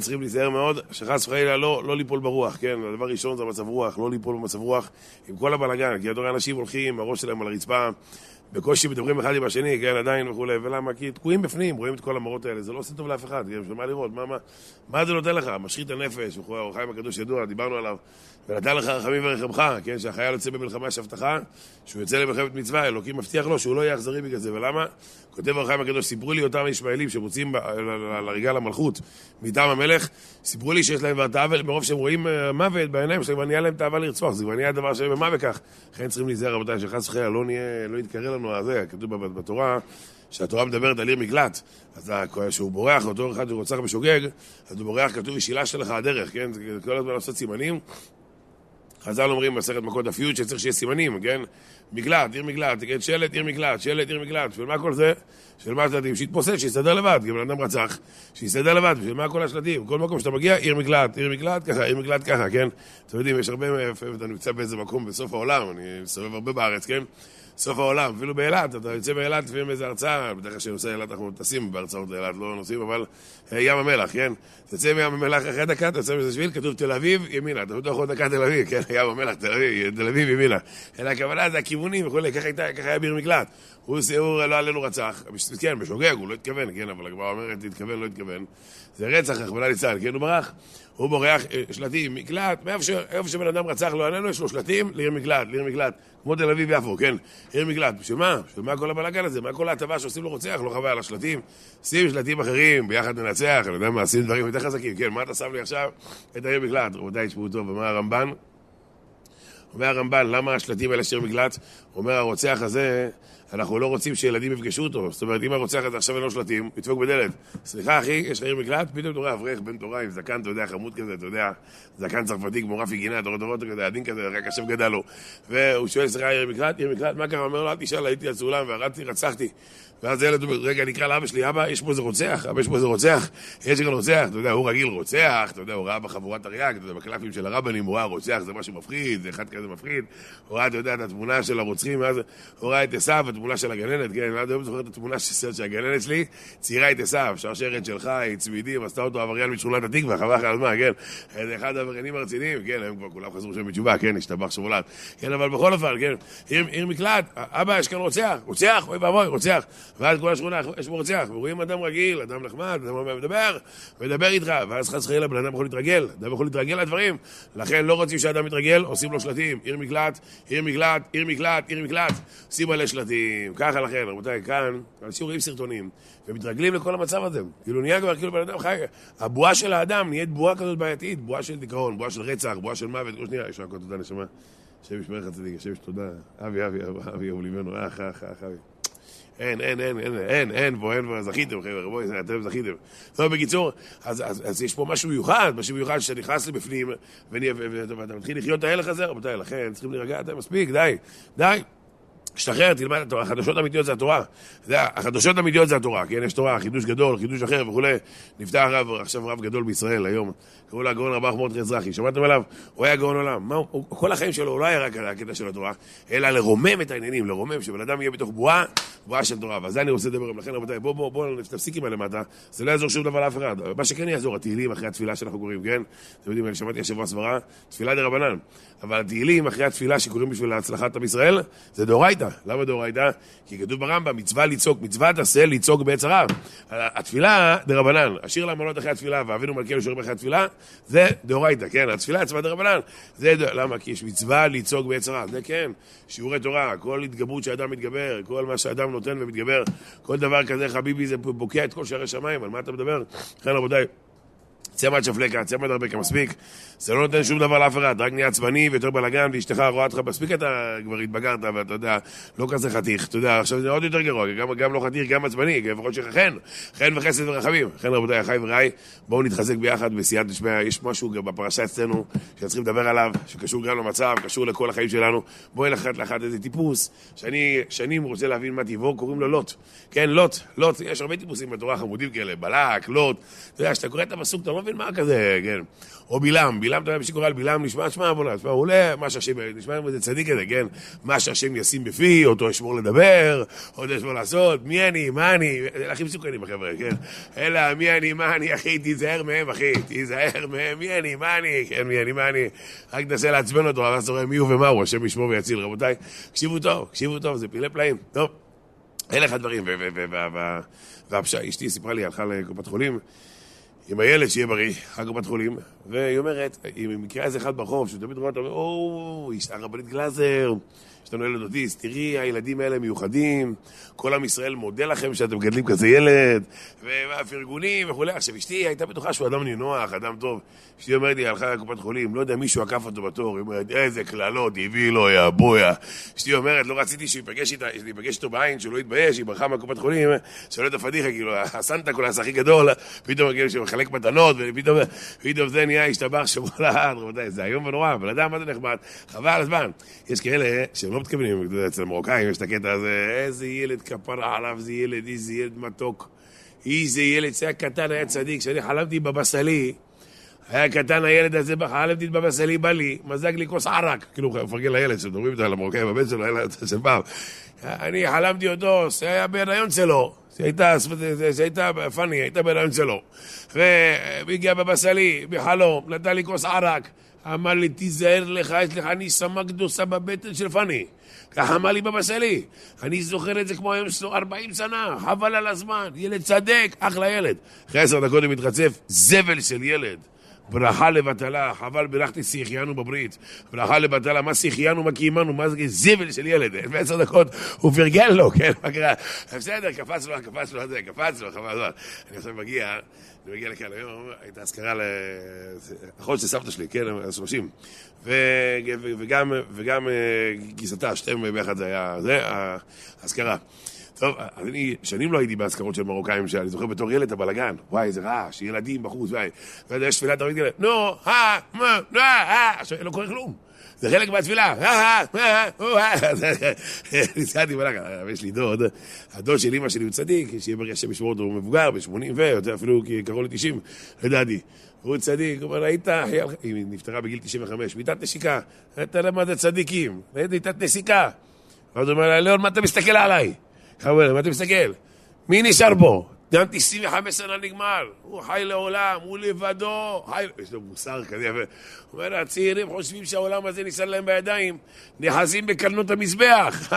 צריכים להיזהר מאוד, שחס וחלילה לא ליפול ברוח, כן? הדבר ראשון זה מצב רוח, לא ליפול במצב רוח עם כל הבלגן, כי הדור האנשים הולכים, הראש שלהם על הרצפה, בקושי מדברים אחד עם השני, כן, עדיין וכולי, ולמה? כי תקועים בפנים, רואים את כל המראות האלה, זה לא עושה טוב לאף אחד, כן, שמה לראות, מה זה נותן לך? משחית הנפש, אור החיים הקדוש ידוע, דיברנו עליו, ונתן לך רחמים ורחמך, כן, שהחייל יוצא במלחמה יש הבטחה, שהוא יוצא למלחמת מצווה, אלוקים מבטיח לו שהוא לא יהיה אכזרי בגלל זה, ולמה? כותב אור החיים הקדוש, סיפרו לי אותם ישמעאלים שרוצים לרגע למלכות מטעם המלך, סיפרו לי שיש להם הרתעה מרוב שהם רואים מוות בעיניים שלהם, נהיה להם תאווה לרצוח, זה כבר נהיה הדבר שלהם במה וכך. לכן צריכים להיזהר, רבותיי, שחס וחלילה לא יתקרא לנו הזה, כתוב בתורה, שהתורה מדברת על עיר מקלט, אז כשהוא בורח, אותו אחד שרוצח בשוגג, אז הוא בורח, כתוב, ישילה שלך הדרך, כן? כל הזמן לעשות סימנים. חז"ל אומרים במסכת מכות דף י' שצריך שיהיה סימנים, כן? מקלט, עיר מקלט, כן? שלט, עיר מקלט, שלט, עיר מקלט. בשביל מה כל זה? בשביל מה השלטים? שיתפוסס, שיסתדר לבד, גם בן אדם רצח, שיסתדר לבד. בשביל מה כל השלטים? כל מקום שאתה מגיע, עיר מקלט, ככה, עיר מקלט ככה, כן? אתם יודעים, יש הרבה, אתה נמצא באיזה מקום בסוף העולם, אני מסתובב הרבה בארץ, כן? סוף העולם, אפילו באילת, אתה יוצא באילת לפעמים איזו הרצאה, בדרך כלל שנוסע אילת אנחנו טסים בהרצאות לאילת, לא נוסעים, אבל ים המלח, כן? תצא מים המלח אחרי דקה, אתה יוצא מזה שביל, כתוב תל אביב, ימינה, אתה בטוח עוד דקה תל אביב, כן? ים המלח, תל אביב, ימינה. אלא הכוונה זה הכיוונים וכולי, ככה היה ביר מקלט. הוא לא עלינו רצח, כן, בשוגג, הוא לא התכוון, כן, אבל הגמרא אומרת, התכוון, לא התכוון. זה רצח, רחמנא ליצלן, כן, הוא ברח. הוא בורח, שלטים, מקלט, איפה שבן אדם רצח לא עלינו, יש לו שלטים, לעיר מקלט, כמו תל אביב יפו, כן? עיר מקלט, בשביל מה? בשביל מה כל הבלגן הזה? מה כל ההטבה שעושים לו רוצח? לא חבל על השלטים? שים שלטים אחרים, ביחד ננצח, אני יודע מה, שים דברים יותר חזקים, כן? מה אתה שם לי עכשיו? את העיר מקלט, רבותיי, תשמעו טוב, ומה הרמב"ן? אומר הרמב"ן, למה השלטים האלה שיר מקלט? אומר הרוצח הזה, אנחנו לא רוצים שילדים יפגשו אותו. זאת אומרת, אם הרוצח הזה עכשיו אין לו שלטים, ידפוק בדלת. סליחה אחי, יש לך עיר מקלט? פתאום תורה אברך, בן תורה עם זקן, אתה יודע, חמוד כזה, אתה יודע, זקן צרפתי כמו רפי גינה, דורות כזה, עדין כזה, רק השם גדל לו. והוא שואל, סליחה, עיר מקלט? מה קרה? אומר לו, אל תשאל, הייתי על סולם והרדתי, רצחתי. ואז הילד אומר, רגע, נקרא לאבא שלי, אבא, יש פה איזה רוצח, אבא, יש פה איזה רוצח, יש כאן רוצח, אתה יודע, הוא רגיל רוצח, אתה יודע, הוא ראה בחבורת הריאק, אתה יודע, בקלפים של הרבנים, הוא ראה רוצח, זה משהו מפחיד, זה אחד כזה מפחיד, הוא ראה, אתה יודע, את התמונה של הרוצחים, ואז הוא ראה את עשיו, התמונה של הגננת, כן, עד היום זוכר את התמונה של הגננת שלי, ציירה את עשיו, שרשרת שלך, צמידים, עשתה אותו עבריין משכונת התקווה, חבל לך על הזמן, כן, זה אחד העבריינים הרציניים, כן, הם כבר כולם חזרו שם בתשובה, כן, השתבח שמולד, כן, אבל בכל אופן, כן, עיר מקלט, אבא, יש כאן רוצח, רוצח, אוי ואבוי, רוצח. ואז כל השכונה, יש פה רוצח, ורואים אדם רגיל, אדם נחמד, אדם מדבר איתך, ואז חס וחלילה בן אדם יכול להתרגל, אדם יכול להתרגל לדברים, לכן לא רוצים שאדם מתרגל, עושים לו שלטים, עיר מקלט, עיר מקלט, עיר מקלט, עיר מקלט, עושים עליה שלטים, ככה לכן, רבותיי, כאן, אנשים רואים סרטונים, ומתרגלים לכל המצב הזה, כאילו נהיה כבר כאילו בן אדם חי, הבועה של האדם נהיית בועה כזאת בעייתית, בועה של דיכאון, בועה של רצח, בועה של מוות, כל שנייה, יש רק תודה נשמה, השם ישמר לך צדיק, השם תודה, אבי, אוליבנו, אבי. אין פה, זכיתם, חבר'ה, בואי, אתם זכיתם. טוב, בקיצור, אז יש פה משהו מיוחד שאתה נכנס לבפנים, ואתה מתחיל לחיות את ההלך הזה, רבותיי, לכן צריכים להירגע, אתם מספיק, די. שתחרר, תלמד את התורה, החדשות האמיתיות זה התורה. החדשות האמיתיות זה התורה, כן? יש תורה, חידוש גדול, חידוש אחר וכולי. נפתח עכשיו רב גדול בישראל היום, קראו לה הגאון רב מרדכי אזרחי. שמעתם עליו? הוא היה גאון עולם. כל החיים שלו הוא לא היה רק על הקטע של התורה, אלא לרומם את העניינים, לרומם שבן אדם יהיה בתוך בועה של תורה. ואז אני רוצה לדבר עם לכן, רבותיי, בואו נפסיק עם הלמטה. זה לא יעזור שום דבר לאף אחד. מה שכן יעזור, התהילים אחרי התפילה שאנחנו קוראים, כן? אתם יודעים, אני שמעתי השבוע סברה, תפילה דרבנן. אבל התהילים אחרי התפילה שקוראים בשביל הצלחת עם ישראל, זה דאורייתא. למה דאורייתא? כי כתוב ברמב"ם, מצוות עשה לצעוק בעץ הרע. התפילה דרבנן, השיר להמונות אחרי התפילה, ואבינו מלכנו שרים אחרי התפילה, זה דאורייתא, כן? התפילה צבא דרבנן. למה? כי יש מצווה לצעוק בעץ הרע. זה כן, שיעורי תורה, כל התגברות שאדם מתגבר, כל מה שאדם נותן ומתגבר, כל דבר כזה, חביבי, זה בוקע את כל שערי שמיים, על מה אתה מדבר? לכן, רבותיי, צא מעט שפלקה, צא מעט הרבה כמספיק, זה לא נותן שום דבר לאף אחד, רק נהיה עצבני ויותר בלגן, ואשתך רואה אותך, מספיק אתה כבר התבגרת, ואתה יודע, לא כזה חתיך, אתה יודע, עכשיו זה עוד יותר גרוע, גם לא חתיך, גם עצבני, לפחות שחן וחסד ורחמים. לכן רבותיי, אחי ורעי, בואו נתחזק ביחד בסייעתא דשמיא. יש משהו גם בפרשה אצלנו, שצריכים לדבר עליו, שקשור גם למצב, קשור לכל החיים שלנו. בואי לאחד איזה טיפוס, שאני שנים רוצה להבין מה טיבו, קוראים לו לוט. כן, לוט, יש הרבה טיפוסים בתורה חמודים כאלה, בלק, לוט. אתה יודע, שאתה קורא את הפסוק, אתה לא מבין אין מה כזה, כן. או בילם, אתה יודע, מי שקורא על בילם, נשמע, הוא עולה, מה שהשם, נשמע איזה צדיק כזה, כן? מה שהשם ישים בפי, אותו ישמור לדבר, אותו ישמור לעשות, מי אני, מה אני, הכי מסוכנים החבר'ה, כן? אלא, מי אני, מה אני, אחי, תיזהר מהם, אחי, תיזהר מהם, מי אני, מה אני, כן, מי אני, מה אני, רק תנסה לעצבן אותו, אבל אתה רואה מי הוא ומה הוא, השם ישמור ויציל, רבותיי, קשיבו טוב, זה פילי פלאים, טוב, אלה אחד דברים, אשתי סיפרה לי, הלכה לקופת חולים, עם הילד שיהיה בריא, אחר קופת חולים, והיא אומרת, אם מכירה איזה אחד ברחוב, שתמיד רואה אותו, יש הרבנית גלזר, יש לנו ילד אוטיסט, תראי, הילדים האלה מיוחדים, כל עם ישראל מודה לכם שאתם מגדלים כזה ילד, והפרגונים וכו'. עכשיו, אשתי הייתה בטוחה שהוא אדם נינוח, אדם טוב. אשתי אומרת לי, הלכה לקופת חולים, לא יודע, מישהו עקף אותו בתור, היא אומרת, איזה כללות, הביא לו, יא בויה. אשתי אומרת, לא רציתי שיפגש איתו בעין, שהוא לא יתבייש, היא ברחה מהקופת חולים, שואל את הפדיחה, כאילו, הסנטה קולאס הכי גדול, פתאום כאילו שמחלק מתנות, ופתאום זה נהיה השתבח שבוע לעד, רבותיי, זה היום ונורא, אבל אדם, מה זה נחמד? חבל הזמן. יש כאלה שהם לא מתכוונים, אצל המרוקאים יש את הקטע הזה, איזה ילד כפרה עליו, איזה ילד מתוק, איזה ילד, זה היה קטן, היה צדיק, כשאני חלמתי בבסלי, היה קטן הילד הזה, חלמתי בבסלי, בא לי, מזג לי כוס ערק, כאילו, מפרגן לילד, שדוברים אותו על המרוקאים, הבן שלו, היה של פעם, אני חלמתי אותו, זה היה בהיריון שלו, זה הייתה פני, הייתה בהיריון שלו, והגיע בבסלי, בחלום, נתן לי כוס ערק, אמר לי, תיזהר לך, יש לך ניסמה גדוסה בבטן של פני. ככה אמר לי בבא שלי. אני זוכר את זה כמו היום שלו 40 שנה, חבל על הזמן, ילד צדק, אחלה ילד. אחרי 10 דקות הוא מתרצף, זבל של ילד. ברכה לבטלה, חבל ברכתי שיחיינו בברית. ברכה לבטלה, מה שיחיינו, מה קיימנו, מה זה זבל של ילד. ב10 דקות הוא פרגן לו, כן, מה קרה? בסדר, קפץ לו, חבל. אני עכשיו מגיע לכאן היום, הייתה הזכרה לאחות של סבתא שלי, כן, 30. וגם גיסתה, שתיהם ביחד זה היה, זה הזכרה. טוב, אני שנים לא הייתי בהזכרות של מרוקאים, שאני זוכר בתור ילד הבלגן, וואי, איזה רעש, ילדים בחוץ, וואי, ויש תפילה, אתה רואה, לא קורה כלום, זה חלק מהתפילה, נזכרתי בלגן, יש לי דוד, הדוד של אמא שלי הוא צדיק, שיהיה ברגע שמשמור אותו, הוא מבוגר, ב-80 ויותר, אפילו קרוב ל-90, לדעתי, הוא צדיק, הוא אומר, היא נפטרה בגיל 95, מיטת נשיקה, אתה יודע מה זה צדיקים, מיטת נסיקה, אז הוא אומר, ליאון, מה אתה מסתכל עליי? חבר, מה אתה מסתכל? מי נשאר פה? גם 95 שנה נגמר, הוא חי לעולם, הוא לבדו, יש לו מוסר כזה, הוא אומר, הצעירים חושבים שהעולם הזה ניסן להם בידיים, נכנסים בקרנות המזבח,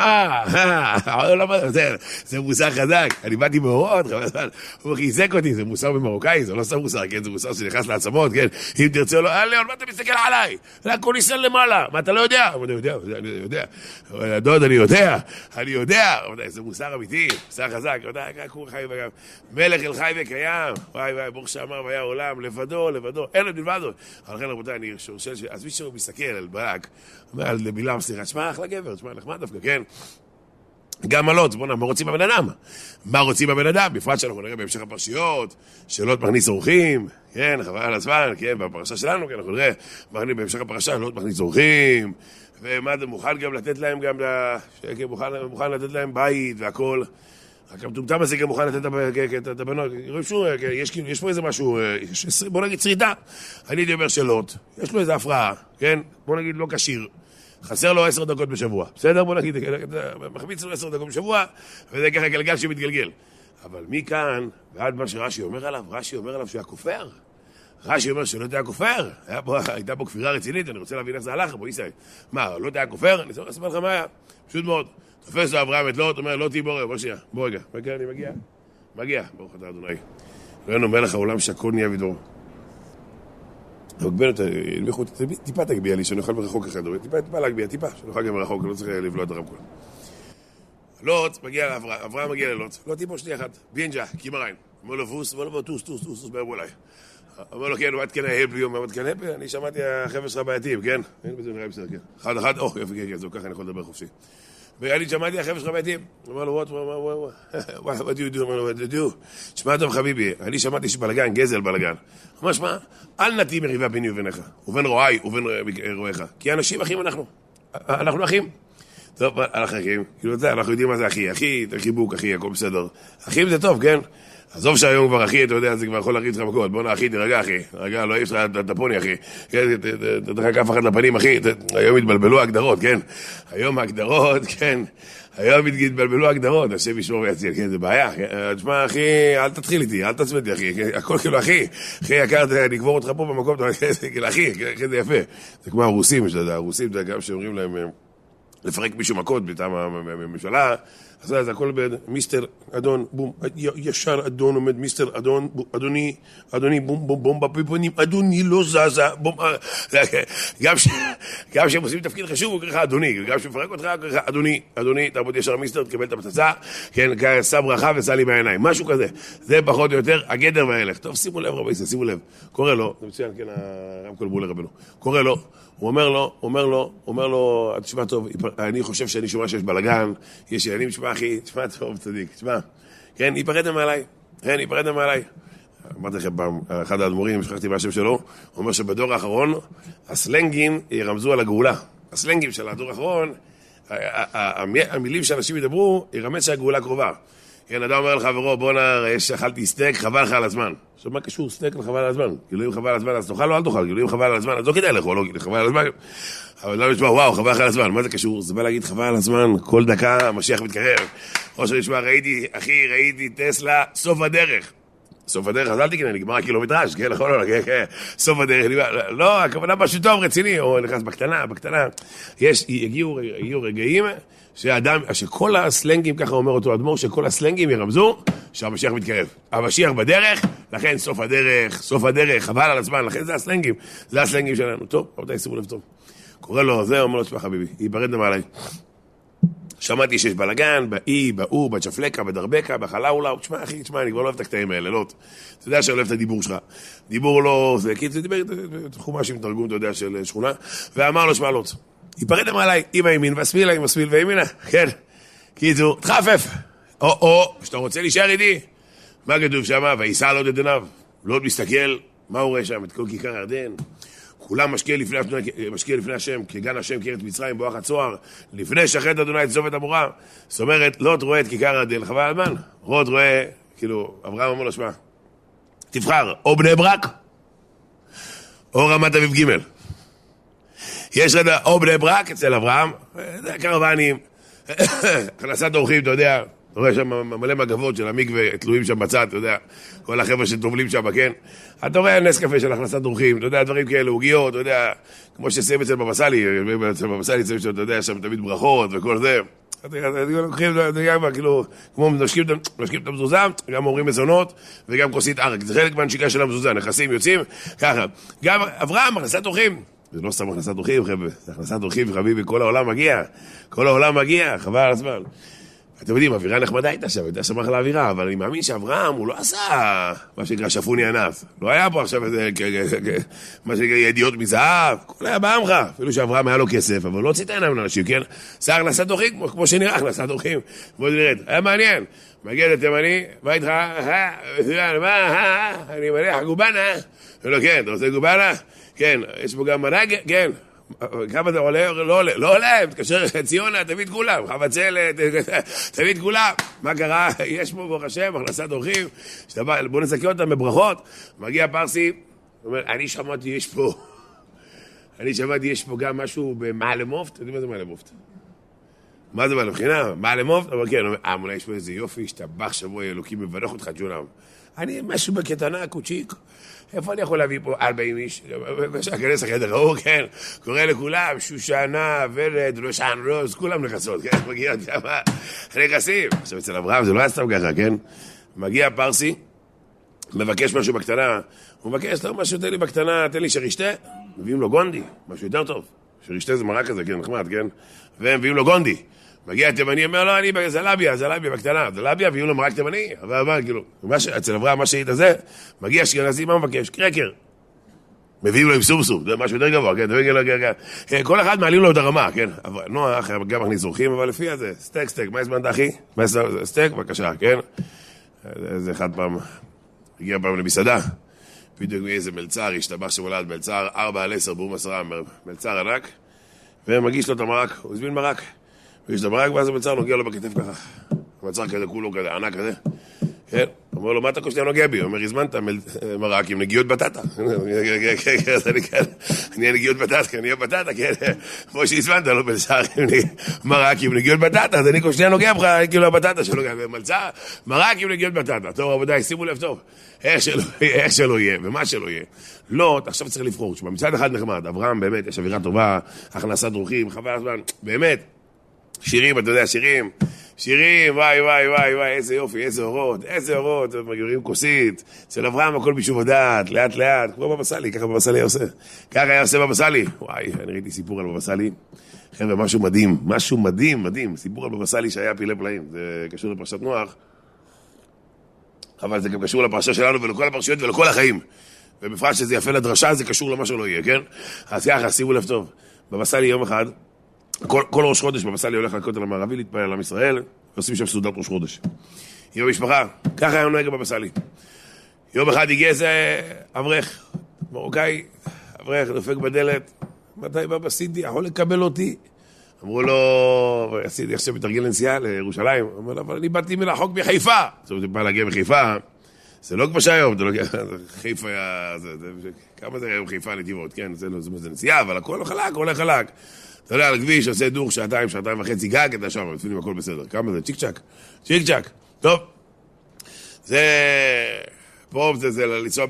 זה מוסר חזק, אני באתי מאורות, הוא חיזק אותי, זה מוסר במרוקאי, זה לא סתם מוסר, זה מוסר שנכנס לעצמות, אם תרצה לו, ליאון, מה אתה מסתכל עליי? הכל ניסן למעלה, מה אתה לא יודע? אני יודע, דוד, אני יודע, זה מוסר אמיתי, מוסר חזק, מלך אל חי וקיים, וואי, ברוך שאמר והיה עולם, לבדו, אין עוד מלבדו. אבל לכן רבותיי, אני חושב אז מי שמסתכל על ברק, אומר על בלעם, סליחה, שמע אחלה גבר, שמע נחמד דווקא, כן? גם עלות, בוא נראה, מה רוצים בבן אדם? מה רוצים בבן אדם? בפרט שאנחנו נראה בהמשך הפרשיות, שאלות מכניס אורחים, כן, חבל על הזמן, כן, בפרשה שלנו, כן, אנחנו נראה, בהמשך הפרשה, שאלות מכניס אורחים, ומה זה מוכן גם לתת להם, מוכן לתת להם בית והכל. רק המטומטם הזה גם מוכן לתת את הבנות, יש פה איזה משהו, בוא נגיד צרידה, אני הייתי אומר שאלות, יש לו איזה הפרעה, כן? בוא נגיד לא קשיר, חסר לו 10 דקות בשבוע, בסדר? בוא נגיד, מחמיץ לו 10 דקות בשבוע, וזה ככה גלגל שמתגלגל. אבל מכאן, ועד מה שרש"י אומר עליו, רש"י אומר עליו שהוא היה כופר, רש"י אומר שלא היה כופר, הייתה פה כפירה רצינית, אני רוצה להבין איך זה הלך, בוא ניסי, מה, לא היה כופר? אני אספר לך מה היה, פשוט מאוד. תופס לו אברהם את לוט, אומר, לא תהי בורר, בוא רגע, אני מגיע, ברוך אתה אדוני. ראינו מלך העולם שהכל נהיה ודור. מגבל אותה, טיפה תגביע לי, שאני אוכל ברחוק אחד, טיפה להגביע, טיפה, שאני אוכל גם ברחוק, לא צריך לבלוע את הרמקול. לוט מגיע לאברהם, אברהם מגיע ללוט, לא תהי פה שנייה אחת, בינג'ה, קימריין, אומר לו פוס, טוס, בערבו אליי. אומר לו, כן, what can I help you? what can I help you? אני שמעתי החבר'ה שלך בעייתיים, כן? אין בזה נראה בסדר, כן. אחד, יופי, כן, זהו, ככה אני יכול לדבר חופשי. ואני שמעתי החבר'ה שלך בעייתיים. הוא אומר לו, what do you do? אומר לו, what do you do? שמע טוב חביבי, אני שמעתי שבלגן, גזל בלגן. הוא אומר, שמע, אל נתאים מריבה ביני וביניך, ובין רועי ובין רועיך, כי אנשים אחים אנחנו אחים. טוב, אנחנו אחים, כאילו, אנחנו יודעים מה זה אחי, חיבוק, אחי, הכל בסדר. אחים זה טוב, כן? עזוב שהיום כבר אחי, אתה יודע, זה כבר יכול להריץ לך מכות. בוא נה אחי, תרגע אחי. רגע, לא אי אפשר את הפוני אחי. תדחק אף אחד לפנים אחי. היום התבלבלו ההגדרות, כן? היום ההגדרות, כן. היום התבלבלו ההגדרות. השם ישמור ויציל, כן? זה בעיה. תשמע אחי, אל תתחיל איתי, אל תצמד לי אחי. הכל כאילו אחי. אחי יקר, נגבור אותך פה במקום. כאילו אחי, זה יפה. זה כמו הרוסים, הרוסים, גם שאומרים להם לפרק מישהו מכות מטעם הממשלה. אז זה הכל מיסטר, אדון, בום, ישר אדון עומד, מיסטר, אדון, אדוני, בום, בום, בום, בפיפונים, אדוני לא זזה, בום, גם שהם עושים תפקיד חשוב, הוא קרא אדוני, גם שמפרק אותך, הוא קרא אדוני, תעבוד ישר מיסטר, תקבל את הפצצה, כן, שא ברכה וסע לי בעיניים, משהו כזה, זה פחות או יותר הגדר וההלך. טוב, שימו לב רבי ישראל, שימו לב, קורא לו, זה מצוין, כן, הרמקול בול לרבנו, קורא לו, הוא אומר לו, תשמע טוב, אני חושב שאני שומע שיש בלגן, יש ילדים, תשמע אחי, תשמע טוב, צדיק, תשמע, כן, ייפרדם מעליי. אמרתי לכם פעם, אחד האדמו"רים, שכחתי מהשם שלו, הוא אומר שבדור האחרון, הסלנגים ירמזו על הגאולה. הסלנגים של הדור האחרון, המילים שאנשים ידברו, ירמז שהגאולה קרובה. כן, אדם אומר לחברו, בוא נראה, שאכלתי סטייק, חבל לך על הזמן. עכשיו, מה קשור סטייק לחבל על הזמן? כאילו אם חבל על הזמן, אז תאכל או אל תאכל, כאילו אם חבל על הזמן, אז לא כדאי לך, או לא חבל על הזמן. אבל לא נשמע, וואו, חבל לך על הזמן, מה זה קשור? זה בא להגיד חבל על הזמן, כל דקה המשיח מתקרב. או שנשמע, ראיתי טסלה, סוף הדרך, אז אל תקנה, נגמר הקילומטראז', כן, נכון, סוף הדרך, לא, הכוונה משהו טוב, רציני, או נכנס בקטנה, הגיעו רגעים שכל הסלנגים, ככה אומר אותו אדמו"ר, שכל הסלנגים ירמזו שהמשיח מתקרב. המשיח בדרך, לכן סוף הדרך, חבל על הזמן, לכן זה הסלנגים שלנו. טוב, רבותיי, שימו לב טוב. קורא לו, זה אומר לו, תשמע חביבי, ייפרדם עליי. שמעתי שיש בלגן, באי, באו, בצ'פלקה, בדרבקה, בחלאולה, תשמע אחי, אני כבר לא אוהב את הקטעים האלה, לא. אתה יודע שאני אוהב את הדיבור שלך. דיבור לא, זה כי זה דיבר חומש עם תרגום, אתה יודע, של שכונה, ואמר לו, שמע לא. ייפרדם עליי עם הימין והשמאלה, עם השמאל והימינה, כן. קיצור, תחפף. או, שאתה רוצה להישאר איתי, מה כתוב שם? ויסע לוד את עיניו. לוד מסתכל, מה הוא רואה שם? את כל כיכר ירדן. כולם משקיע לפני השם, כגן השם, כארץ מצרים, בואך הצוהר, לפני שחט אדוני את צומת המורה. זאת אומרת, לוט רואה את כיכר ירדן, חבל על הזמן. לוט רואה, כאילו, אברהם אומר לו, שמע, תבחר, או בני ברק, או רמת אביב ג'. יש לך או בני ברק אצל אברהם, זה קרוונים, הכנסת אורחים, אתה יודע, אתה רואה שם מלא מגבות של המקווה, תלויים שם בצד, אתה יודע, כל החבר'ה שטובלים שם, כן? אתה רואה נס קפה של הכנסת אורחים, אתה יודע, דברים כאלה, עוגיות, אתה יודע, כמו שסיים אצל בבא סאלי, אתה יודע, שם תמיד ברכות וכל זה. לוקחים, כאילו, כמו משקים את המזוזה, גם אומרים מזונות, וגם כוסית ערק. זה חלק מהנשיקה של המזוזה, נכנסים, יוצאים, ככה. גם אברהם, הכנסת אורחים. זה לא סתם הכנסת אורחים, חבר'ה, זה הכנסת אורחים, חביבי, כל העולם מגיע, חבל על הזמן. אתם יודעים, אווירה נחמדה הייתה שם, הייתה שמח לאווירה, אבל אני מאמין שאברהם, הוא לא עשה מה שנקרא שפוני ענף. לא היה פה עכשיו איזה, מה שנקרא ידיעות מזהב, כל היה בעמך. אפילו שאברהם היה לו כסף, אבל לא הוציא את העיניים לאנשים, כן? שר הכנסת אורחים, כמו שנראה, הכנסת אורחים. בואו נרד, היה מעניין. מגיע לתימני, מה איתך? אני מניח גובנה. לא, כן, אתה רוצה גובנה? כן, יש פה גם מנהג, כן. כמה זה עולה? לא עולה, תקשר ציונה, תביא את כולם, חבצלת, תביא את כולם. מה קרה? יש פה ברוך השם, הכנסת אורחים, בואו נזכה אותם בברכות. מגיע פרסי, אומר, אני שמעתי יש פה גם משהו במעלה מופת. אתה יודע מה זה מעלה מופת? מה זה מעלה מבחינה? מעלה מופת? אבל כן, אולי יש פה איזה יופי, השתבח שבוע אלוקים מברך אותך ג'ונם. אני משהו בקטנה, קוצ'יק. איפה אני יכול להביא פה 40 איש? כנס החדר ההוא, כן. קורא לכולם, שושנה, ולד, ראשן רוז, כולם נכנסות, כן? מגיעות שם, נכנסים. עכשיו אצל אברהם זה לא היה סתם ככה, כן? מגיע פרסי, מבקש משהו בקטנה, הוא מבקש, לא משהו, תן לי בקטנה, תן לי שרשתה, מביאים לו גונדי, משהו יותר טוב. שרשתה זה מרק כזה, כן, נחמד, כן? והם מביאים לו גונדי. מגיע תימני, אומר לו, אני זלביה בקטנה, זלביה, ויהיו לו מרק תימני, אבל כאילו, אצל אברהם מה שהיית זה, מגיע אשכנזי, מה מבקש? קרקר. מביאים לו עם סומסום, זה משהו יותר גבוה, כן? כל אחד מעלים לו את הרמה, כן? נוח, גם מכניס אורחים, אבל לפי הזה, סטייק, מה הזמנת אחי? סטייק, בבקשה, כן? זה אחד פעם, הגיע פעם למסעדה, בדיוק איזה מלצר, השתבח שמולד, מלצר 4-10, בום 10, מלצר ענק, ומגיש לו את המרק, הוא הזמין מרק. ויש את המרק, ואז המצר נוגע לו בכתף ככה. המצר כזה, כולו כזה, ענק כזה. כן? אומר לו, מה אתה קושי נוגע בי? הוא אומר, הזמנת מרק עם נגיעות בטטה. אני נגיעות בטטה, אני בטטה, כן. כמו שהזמנת, לא בלשאר מרק עם נגיעות בטטה, אז אני קושי נוגע בך, כאילו הבטטה שלו, מלצה, מרק עם נגיעות בטטה. טוב, רבותיי, שימו לב טוב, איך שלא יהיה, ומה שלא יהיה. לא, אתה עכשיו צריך לבחור. מצד אחד נחמד, אברהם באמת, יש אווירה טובה, הכנסת דרוכים, חבל הזמן, באמת. שירים, אתה יודע, שירים, וואי, איזה יופי, איזה אורות, מגירים כוסית, אצל אברהם הכל בישוב הדעת, לאט, כמו בבא סאלי, ככה בבא סאלי ככה היה עושה בבא סאלי. וואי, אני ראיתי סיפור על בבא סאלי, חבר'ה, משהו מדהים, סיפור על בבא סאלי שהיה פילי פלאים, זה קשור לפרשת נוח, אבל זה גם קשור לפרשה שלנו ולכל הפרשיות ולכל החיים, ובפרט שזה יפה לדרשה, זה קשור למה שלא יהיה, כן? אז יחד, שימו לב טוב, בבא סאלי יום אחד, כל ראש חודש בבא סאלי הולך לכותל המערבי להתפלל על עם ישראל, ועושים שם סעודת ראש חודש. עם המשפחה, ככה היה נוהג בבא סאלי. יום אחד הגיע איזה אברך, מרוקאי, אברך, דופק בדלת, מתי בבא סידי, יכול לקבל אותי? אמרו לו, סידי עכשיו מתרגל לנסיעה לירושלים, אמרו לו, אבל אני באתי מרחוק מחיפה. זאת אומרת, בא להגיע מחיפה, זה לא כמו שהיום, חיפה היה, כמה זה היום חיפה נתיבות, כן, זה נסיעה, אבל הכל הולך חלק. אתה יודע, על הכביש עושה דור שעתיים וחצי גג, אתה שם, לפעמים הכל בסדר. כמה זה? צ'יק צ'ק. טוב. זה... פה זה לנסוע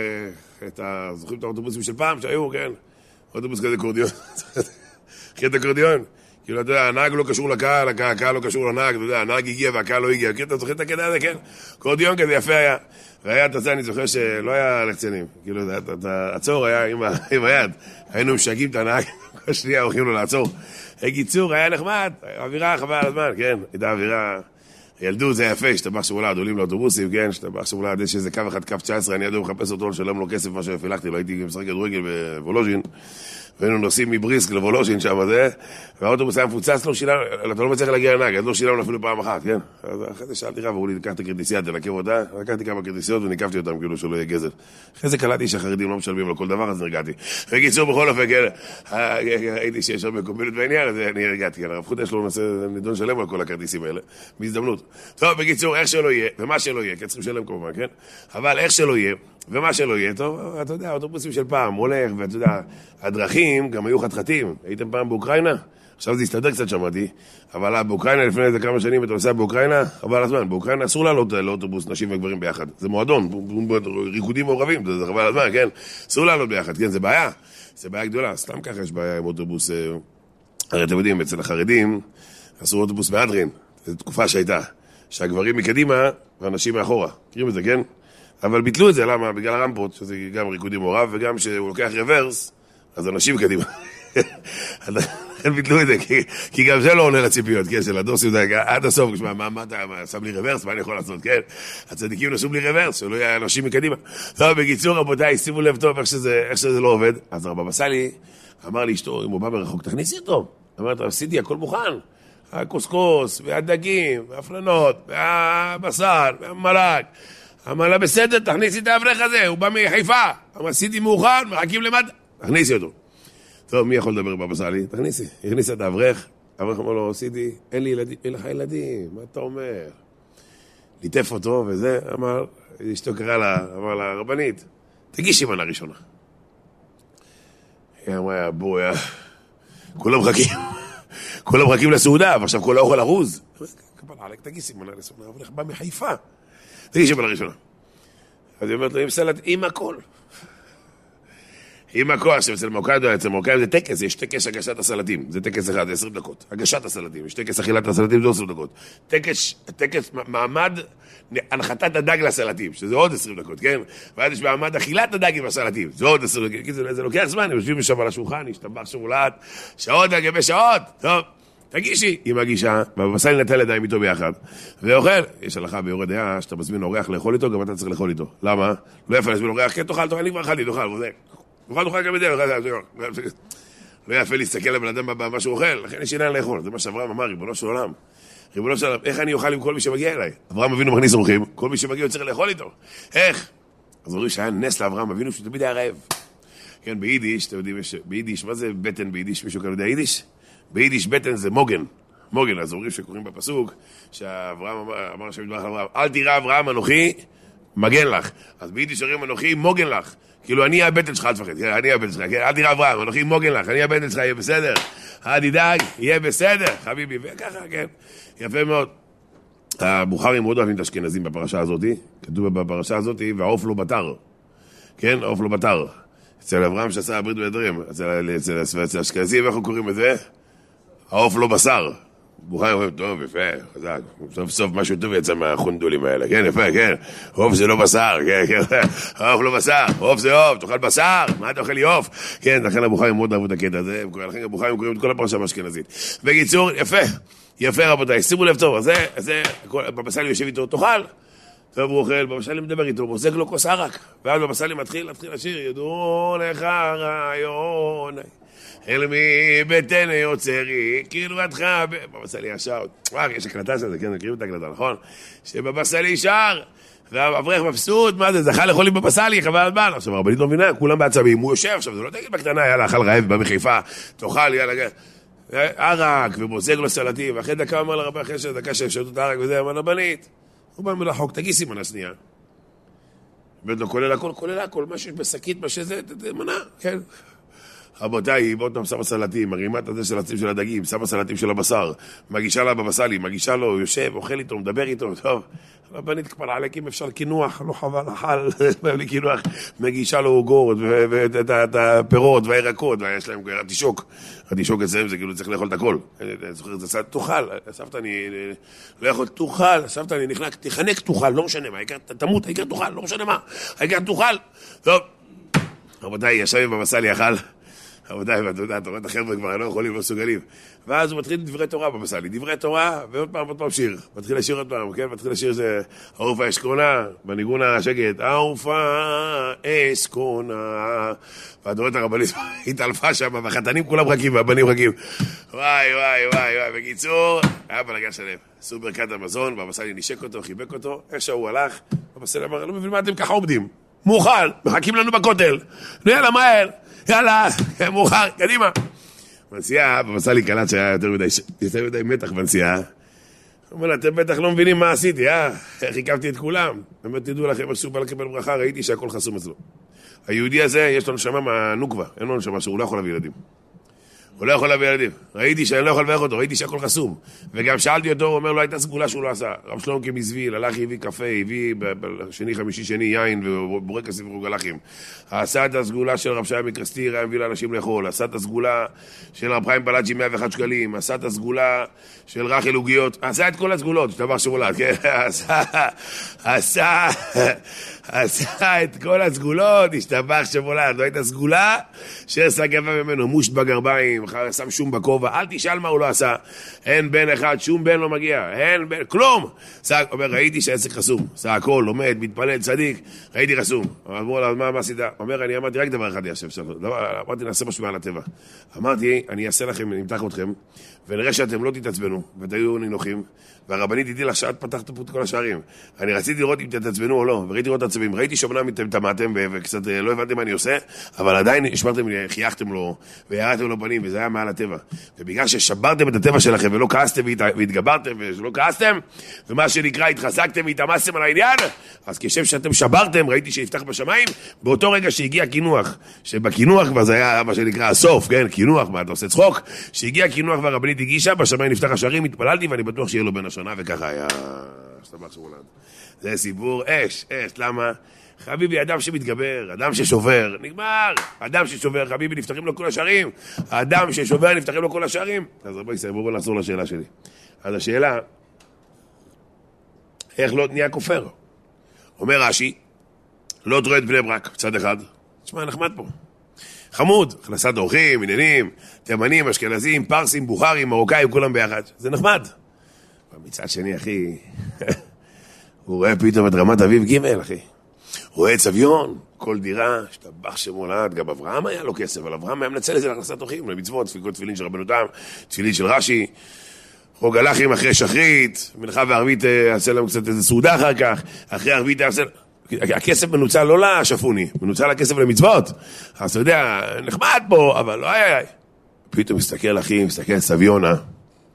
זוכרים את האוטובוסים של פעם שהיו, כן? אוטובוס כזה קורדיון. אחי את הקורדיון. כאילו, אתה יודע, הנהג לא קשור לקהל, הקהל לא קשור לנהג, אתה יודע, הנהג הגיע והקהל לא הגיע. אתה זוכר את הקטע הזה, כן? קורדיון כזה יפה היה. והיה, אתה יודע, אני זוכר שלא היה לחצנים. כאילו, הצור היה עם היד. היינו משגעים את הנהג. כל שנייה הולכים לו לעצור. קיצור, היה נחמד, אווירה חבל על הזמן, כן, הייתה אווירה, ילדות זה יפה, שטבח שמולד, עולים לאוטובוסים, כן, שטבח שמולד, יש איזה קו אחד, קו 19, אני ידעו מחפש אותו, לשלם לו כסף, מה שפילחתי, לא הייתי משחק כדורגל בוולוז'ין, והיינו נוסעים מבריסק לבולוז'ין שם, והאוטובוס היה מפוצץ, אתה לא מצליח להגיע לנהג, אז לא שילמנו אפילו פעם אחת, כן? אז אחרי זה שאלתי רב, והוא לי, לקח את הכרטיסייה, תנקב אותה, לקחתי כמה כרטיסיות וניקבתי אותם, כאילו שלא יהיה גזל. אחרי זה קלטתי שהחרדים לא משלמים על כל דבר, אז נרגעתי. בקיצור, בכל אופן, כן, הייתי שיש הרבה קומבינות בעניין, אז אני הרגעתי, כן, הרב חודש לא נידון שלם על כל הכרטיסים האלה, בהזדמנות. טוב, בקיצור, איך שלא יהיה, ומה שלא יהיה, כי צריכים לשלם כמובן, כן? אבל איך שלא יהיה, ומה שלא יהיה, טוב, אתה יודע, האוטובוסים של פעם הולך, ואתה יודע, הדרכים גם היו חתחתים. הייתם פעם באוקראינה? עכשיו זה הסתדר קצת שמעתי, אבל באוקראינה לפני איזה כמה שנים אתה נוסע באוקראינה, חבל הזמן, באוקראינה אסור לעלות לאוטובוס נשים וגברים ביחד. זה מועדון, ריקודים מעורבים, זה חבל הזמן, כן? אסור לעלות ביחד, כן? זה בעיה. זה בעיה גדולה, סתם ככה יש בעיה עם אוטובוס. הרי אתם יודעים, אצל החרדים אסור אוטובוס מהדרין. זו תקופה שהייתה, שהגברים מקדימה והנשים מאחורה. מכירים את זה, כן? אבל ביטלו את זה, למה? בגלל הרמפות, שזה גם ריקודים מעורב, וגם שהוא לוקח רוורס, אז אנשים קדימה. הם ביטלו את זה, כי גם זה לא עונה לציפיות, כן, של הדוס יהודה, עד הסוף, מה אתה שם לי רוורס, מה אני יכול לעשות, כן? הצדיקים נסעו בלי רוורס, שלא יהיה אנשים מקדימה. טוב, בקיצור, רבותיי, שימו לב טוב איך שזה לא עובד. אז רבא סאלי אמר לי אשתו, אם הוא בא מרחוק, תכניסי אותו. אמרת, עשיתי, הכל מוכן. הקוסקוס, והדגים, והפלנות, והבשר, והמלק. אמר לה, בסדר, תכניסי את האברך הזה, הוא בא מחיפה. אמר, עשיתי מאוחר, מחכים למטה. תכניסי אותו. טוב, מי יכול לדבר בבא סאלי? תכניסי. הכניסה את האברך. האברך אמר לו, סידי, אין לי ילדים, אין לך ילדים, מה אתה אומר? ליטף אותו וזה, אמר, אשתו קרא לה, אמר לה, רבנית, תגישי מנה ראשונה. היא אמרה, בואי, כולם מחכים לסעודה, ועכשיו כל האוכל ארוז. קבל עלק, תגישי מנה לסעודה, האברך בא מחיפה. תגישי מנה ראשונה. אז היא אומרת לו, עם סלט, עם הכל. עם הכל, עכשיו אצל מרוקאים זה טקס, יש טקס הגשת הסלטים, זה טקס אחד, זה 20 דקות. הגשת הסלטים, יש טקס אכילת הסלטים, זה 20 דקות. טקס מעמד הנחתת הדג לסלטים, שזה עוד 20 דקות, כן? ואז יש מעמד אכילת הדג עם הסלטים, זה עוד 20 דקות, כי זה לוקח זמן, הם יושבים שם על השולחן, השתבח שמולעת, שעות על גבי שעות, טוב. תגישי, היא מגישה, ובבא סאלי נטל ידיים איתו ביחד, ואוכל, יש הלכה ביורה דעה, שאתה מזמין אורח לאכול איתו, גם אתה צריך לאכול איתו. למה? לא יפה להזמין אורח, כן, תאכל, אני כבר אכלתי, תאכל גם את זה, לא יפה להסתכל לבן אדם במה שהוא אוכל, לכן יש עניין לאכול, זה מה שאברהם אמר, ריבונו של עולם, איך אני אוכל עם כל מי שמגיע אליי? אברהם אבינו מכניס אורחים, כל מי שמגיע צריך לאכול איתו, איך? אז אומרים שהיה נס לאברהם אבינו שהוא תמיד היה רעב. כן, ביידיש, אתם יודעים, ביידיש, מה זה בטן ביידיש? מישהו כאן יודע יידיש? ביידיש בטן זה מוגן. מוגן, אז אומרים שקוראים בפסוק, שאברהם אמר שם יתברך לאברהם, אל תירא אברהם אנוכי, מגן לך. אז ביידיש אומרים אנוכי, מוגן לך. כאילו, אני הבטן שלך, אל תפחד, אני הבטן שלך, אל תירא אברהם, אנוכי מוגן לך, אני הבטן שלך, יהיה בסדר. אל תדאג, יהיה בסדר, חביבי, וככה, כן. יפה מאוד. הבוכרים מאוד אוהבים את האשכנזים בפרשה הזאת, כתוב בפרשה הזאת, והעוף לא בטר. כן, העוף לא בטר. אצל אברהם שעשה הברית בנדרים, אצל האשכנזים, איך קוראים את זה? העוף לא בשר. בוכרים אומרים, טוב, יפה, חזק. סוף סוף משהו טוב יצא מהחונדולים האלה. כן, יפה, כן. עוף זה לא בשר, כן, כן. העוף לא בשר, עוף זה עוף, תאכל בשר, מה אתה אוכל לי עוף? כן, לכן הבוכרים מאוד אהבו את הקטע הזה, לכן הבוכרים קוראים את כל הפרשה האשכנזית. בקיצור, יפה. יפה רבותיי, שימו לב טוב, אז זה, בבא סאלי יושב איתו, תאכל. טוב, הוא אוכל, בבא סאלי מדבר איתו, מוזג לו כוס ערק. ואז בבא סאלי מתחיל לשיר, ידעו לך רעיון, אל מי ביתנו יוצרי, קרבתך, בבא סאלי ישר, יש הקלטה של זה, כן, נקריב את ההקלטה, נכון? שבבא סאלי ישר, והאברך מבסוט, מה זה, זכה לאכול עם בבא סאלי, חבל על בן. עכשיו, הרבנית לא מבינה, כולם בעצבים, הוא יושב, עכשיו, זה לא תגיד בקטנה, יאללה, אכל רעב, בא מחיפה, תאכל, יאללה, ערק, ומוזג לו סלטים, ואחרי דקה אמר לרבי, אחרי דקה שהפשטו את הערק וזה, אמר לבנית, הוא בא מלחוק, תגיסי מנה שנייה. באמת לו, כולל הכל, מה שיש בשקית, מה שזה, מנה, כן. רבותיי, היא בעוד פעם שמה סלטים, מרימה את הזה סלטים של הדגים, שמה סלטים של הבשר, מגישה לה בבא סאלי, מגישה לו, יושב, אוכל איתו, מדבר איתו, טוב. רבנית כבר עלק, אם אפשר קינוח, לא חבל, אכל, בלי קינוח, מגישה לו עוגות, ואת הפירות והירקות, ויש להם רטישוק. רטישוק אצלם זה כאילו צריך לאכול את הכל. אני זוכר את זה, תאכל, סבתא אני לא יכול, תאכל, סבתא אני נחנק, תחנק תאכל, לא משנה מה, העיקר תמות, העיקר תאכל, לא משנה מה, העיקר תאכל. טוב, רבותיי, ישב עם בבא סאלי, אכל. רבותיי, ואתה יודע, אתה רואה את החבר'ה כבר, לא יכולים, לא מסוגלים. ואז הוא מתחיל דברי תורה בבא סאלי, דברי תורה, ועוד פעם שיר. מתחיל לשיר עוד פעם, כן? מתחיל לשיר זה עורפה אשכונה, בניגון השקט, עורפה אשכונה. ואתה רואה את הרבנית, התעלפה שם, והחתנים כולם רכים, והבנים רכים. וואי, וואי, וואי, וואי. בקיצור, היה בלגן שלם. עשו ברכת המזון, בבא סאלי נשק אותו, חיבק אותו, איך שהוא הלך, בבא סאלי אמר, לא מבין מה אתם ככה עובדים. מאוחר, מחכים לנו בכותל. יאללה, מהר. יאללה, מאוחר, קדימה. בנסיעה, בבא סאלי קלט שהיה יותר מדי מתח בנסיעה. הוא אומר לה, אתם בטח לא מבינים מה עשיתי, איך עיכבתי את כולם. באמת תדעו לכם, משהו בא לקבל ברכה, ראיתי שהכל חסום אצלו. היהודי הזה, יש לו נשמה מהנוקבה, אין לו נשמה שהוא לא יכול להביא ילדים. הוא לא יכול להביא ילדים. ראיתי שאני לא יכול לברך אותו, ראיתי שהכל חסום. וגם שאלתי אותו, הוא אומר, לא הייתה סגולה שהוא לא עשה. רב שלום כמזוויל, הלך, הביא קפה, הביא בשני, חמישי, שני, יין ובורקס ורוגלחים. עשה את הסגולה של רב שי מקרסטיר, היה מביא לאנשים לאכול. עשה את הסגולה של רב חיים פלאג'י 101 שקלים. עשה את הסגולה של רחל עוגיות. עשה את כל הסגולות, שתבר שמולד, כן? עשה את כל הסגולות, השתבח שמולד, לא הייתה סגולה שעשה גבה ממנו, מושט בגרביים, שם שום בכובע, אל תשאל מה הוא לא עשה, אין בן אחד, שום בן לא מגיע, אין בן, כלום. אומר, ראיתי שהעסק חסום, עשה הכל, לומד, מתפלל, צדיק, ראיתי חסום. אמרו לה, מה עשית? אומר, אני אמרתי, רק דבר אחד יעשב, אמרתי, נעשה משהו מעל הטבע. אמרתי, אני אעשה לכם, נמתח אתכם, ונראה שאתם לא תתעצבנו, ותהיו נינוחים, והרבנית תדעי לך שאת פתחת פה את כל השערים. אני רציתי לראות אם תתעצבנו או לא, וראיתי לראות עצבים. ראיתי שאומנם אתם תמעתם וקצת לא הבנתם מה אני עושה, אבל עדיין השמרתם, חייכתם לו, וירדתם לו פנים, וזה היה מעל הטבע. ובגלל ששברתם את הטבע שלכם, ולא כעסתם והתגברתם, ולא כעסתם, ומה שנקרא, התחזקתם והתאמסתם על העניין, אז כשם שאתם שברתם, ראיתי שיפתח בשמיים, באותו רגע שהגיע כינוח, שבכינוח כבר זה היה מה שנקרא הסוף, כן, כינוח, מה אתה עושה צחוק? שהגיע כינוח והרבנית הגישה, בשמיים נפתח השערים, התפללתי ואני בטוח שיהיה לו בן השנה, וככה היה, שתבח שמולד. זה סיפור אש, למה? חביבי, אדם שמתגבר, אדם ששובר, נגמר, אדם ששובר, חביבי, נפתחים לו כל השערים, אדם ששובר, נפתחים לו כל השערים. אז רבי ישראל, בואו נחזור לשאלה שלי. אז השאלה, איך לא נהיה כופר? אומר רש"י, לא תראה את בני ברק, צד אחד, תשמע, נחמד פה. חמוד, הכנסת אורחים, עניינים, תימנים, אשכנזים, פרסים, בוכרים, מרוקאים, כולם ביחד. זה נחמד. מצד שני, אחי, הוא רואה פתאום את רמת אביב ג', אחי. הוא רואה את סביון, כל דירה, השתבח שמולד, גם אברהם היה לו כסף, אבל אברהם היה מנצל את זה להכנסת אורחים, למצוות, דפיקות תפילין של רבנותם, תפילין של רש"י, רוגלחים אחרי שחרית, מנחה וערבית עשה להם קצת איזה סעודה אחר כך, אחרי ערבית עשה... הכסף מנוצל לא לשפוני, מנוצל הכסף למצוות. אז אתה יודע, נחמד פה, אבל לא היה. פתאום מסתכל אחי, מסתכל סביונה,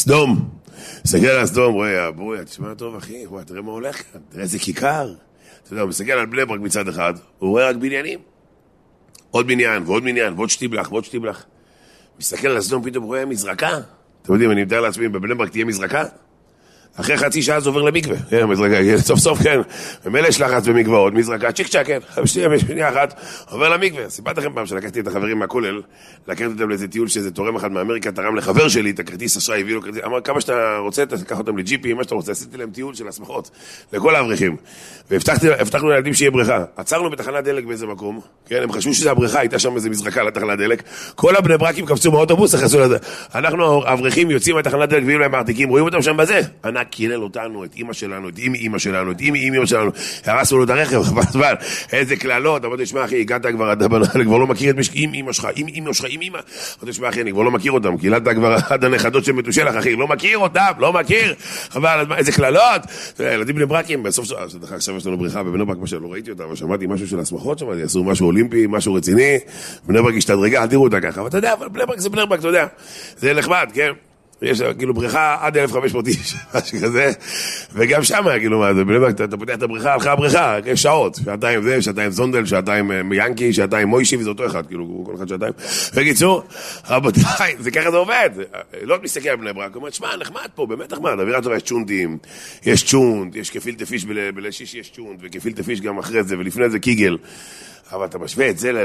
סדום. מסתכל על סדום, רואה, תשמע טוב אחי, תראה מה הולך כאן, תראה איזה כיכר. אתה יודע, הוא מסתכל על בני ברק מצד אחד, הוא רואה רק בניינים. עוד בניין, ועוד בניין, ועוד שטיבלח, ועוד שטיבלח. מסתכל על סדום, פתאום רואה מזרקה. אתם יודעים, אני מתאר לעצמי, בבני ברק תהיה מזרקה. אחרי חצי שעה זה עובר למקווה, כן, מזרקה, סוף סוף, כן, ומלא יש לחץ במקוואות, מזרקה, צ'יק צ'ק, כן, בשנייה אחת, עובר למקווה. סיפרתי לכם פעם שלקחתי את החברים מהכולל, לקחתי אותם לאיזה טיול שזה תורם אחד מאמריקה, תרם לחבר שלי את הכרטיס אשראי, הביא לו כרטיס, אמר כמה שאתה רוצה, תקח אותם לג'יפי, מה שאתה רוצה, עשיתי להם טיול של הסמכות, לכל האברכים, והבטחנו לילדים שיהיה בריכה. עצרנו בתחנת דלק באיזה מקום, כן, הם חשבו שזה הבריכה, הייתה שם איזה מזרקה לתחנת דלק. כל הבני ברקים קפצו מהאוטובוס, אנחנו האברכים יוצאים מהתחנת דלק ויהיו להם מעתיקים, רואים אותם שם בזה. ענק קילל אותנו, את אמא שלנו, את אמא שלנו, את אמא שלנו. הרסנו לו את הרכב, אבל איזה כללות, אבל תשמע אחי, הגעת כבר, אתה כבר לא מכיר את אמא שלך, אמא שלך, אמא. אבל תשמע אחי, אני כבר לא מכיר אותם, קיללת כבר עד הנכדות שמתו שלך, אחי, לא מכיר אותם, לא מכיר. אבל איזה כללות. ילדים בני ברקים, בסוף עכשיו יש לנו בריכה בבני ברק, מה שלא ראיתי אותה, אבל שמעתי משהו של הסמכות שם, יעשו משהו אולימפי, משהו רציני, בני ברק השתדרגה, תראו אותה ככה, אבל אתה יודע, בני ברק זה בני ברק, אתה יודע, זה נחמד, כן? יש כאילו בריכה עד 1,500 איש, משהו כזה, וגם שם, כאילו, מה זה, בני ברק, אתה פותח את הבריכה, הלכה הבריכה, שעות, שעתיים זה, שעתיים זונדל, שעתיים מיאנקי, שעתיים מוישי, וזה אותו אחד, כאילו, כל אחד שעתיים. וקיצור, רבותיי, זה ככה זה עובד, לא מסתכל על בני ברק, הוא אומר, שמע, נחמד פה, באמת נחמד, אווירה טובה, יש צ'ונטים, יש צ'ונט, יש כפילטה פיש בליל שישי יש צ'ונט, וכפילטה פיש גם אחרי זה, ולפני זה קיגל. אבל אתה משווה את זה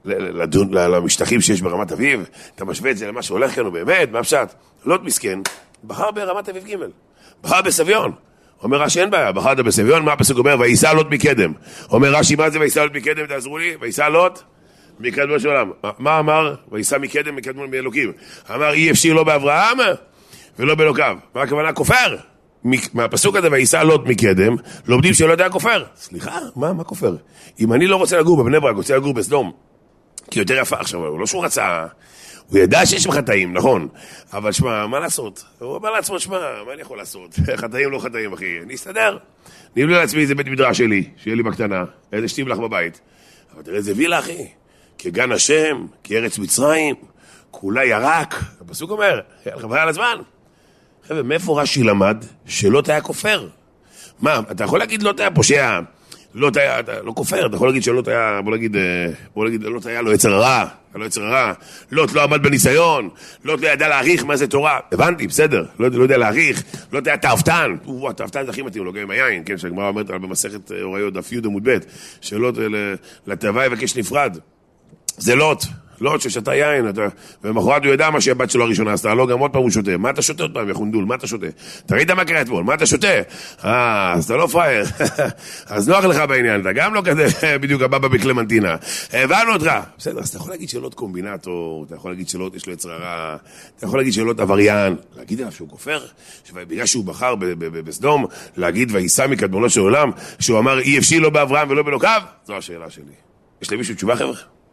למשטחים שיש ברמת אביב, אתה משווה את זה למה שהולך כאן, באמת, מה פשט? לוט מסכן, בחר ברמת אביב ג', בחר בסביון. אומר רש"י, אין בעיה, בחרת בסביון, מה הפסוק אומר? וייסע לוט מקדם. אומר רש"י, מה זה וייסע לוט מקדם? תעזרו לי, וייסע לוט מקדמו של עולם. מה אמר? וייסע מקדם מקדמו מאלוקים. אמר, אי אפשיר לא באברהם ולא באלוקיו. מה הכוונה? כופר. מהפסוק הזה, וייסע לוט מקדם, לומדים שלא יודע כופר. סליחה, מה כופר? אם אני לא רוצה לגור בבני ברק, רוצה לגור בסדום, כי יותר יפה עכשיו, הוא לא שהוא רצה, הוא ידע שיש שם חטאים, נכון, אבל שמה, מה לעשות? הוא אומר לעצמו, שמה, מה אני יכול לעשות? חטאים לא חטאים, אחי, אני אסתדר. נבנה לעצמי איזה בית מדרש שלי, שיהיה לי בקטנה, איזה שתיבלח בבית. אבל תראה איזה וילה, אחי, כגן השם, כארץ מצרים, כולה ירק. הפסוק אומר, חבל על הזמן. חבר'ה, מאיפה רש"י למד שלא תהיה כופר? מה, אתה יכול להגיד לא תהיה פושע, לא תהיה, לא כופר, אתה יכול להגיד שלא תהיה, בוא נגיד, לא תהיה לו יצר הרע, לא עמד בניסיון, לא ידע להעריך מה זה תורה, הבנתי, בסדר, לא יודע להעריך, לא תהיה תאוותן, תאוותן זה הכי מתאים לו, גם עם היין, כן, שהגמרא אומרת במסכת הוריות, דף י' עמוד ב', שלא לתאווה יבקש נפרד, זה לוט ששתה יין, ומחרת הוא ידע מה שהבת שלו הראשונה עשתה, לא, גם עוד פעם הוא שותה. מה אתה שותה עוד פעם, יחונדול? מה אתה שותה? תראית מה קרה אתמול, מה אתה שותה? אז אתה לא פרייר. אז נוח לך בעניין, אתה גם לא כזה בדיוק הבא בקלמנטינה. הבנו אותך. בסדר, אז אתה יכול להגיד שלוט קומבינטור, אתה יכול להגיד שלוט יש לו יצר הרע, אתה יכול להגיד שלוט עבריין, להגיד עליו שהוא כופר, שבגלל שהוא בחר בסדום, להגיד וייסע מקדמונו של עולם, שהוא אמר אי אפשי לא באברהם ולא באלוקיו? זו השאלה שלי. יש למישהו תשובה, חבר'ה?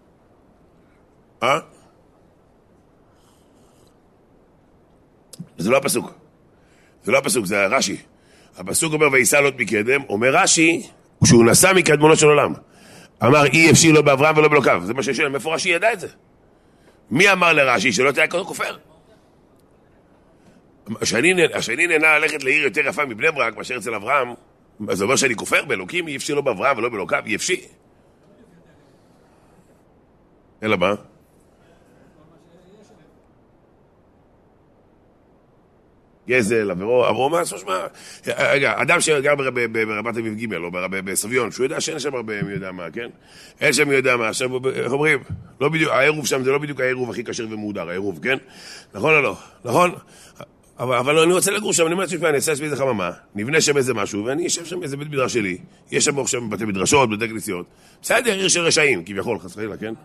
זה לא הפסוק, זה רש"י. הפסוק אומר וייסע לוט מקדם, אומר רש"י שהוא נסע מקדמונו של עולם, אמר אי אפשי לא באברהם ולא באלוקיו. זה מה שיש להם, איפה רש"י ידע את זה? מי אמר לרש"י שלא תהיה כופר? השני נהנה ללכת לעיר יותר יפה מבני ברק מאשר אצל אברהם, אז זה אומר שאני כופר באלוקים, אי אפשי לא באברהם ולא באלוקיו, אי אפשי. אלא מה? גזל, עברו מה, רגע, אדם שגר ברמת אביב ג' או בסביון, שהוא יודע שאין שם הרבה מי יודע מה, כן? אין שם מי יודע מה, עכשיו, איך אומרים? לא בדיוק, העירוב שם זה לא בדיוק העירוב הכי קשר ומהודר, העירוב, כן? נכון או לא? נכון? אבל אני רוצה לגור שם, אני אומר שאני אעשה באיזה חממה, נבנה שם איזה משהו, ואני אשב שם איזה בית מדרש שלי, יש שם עכשיו בתי מדרשות, בתי כנסיות, בסדר, עיר של רשעים, כביכול, חס וחלילה, כן?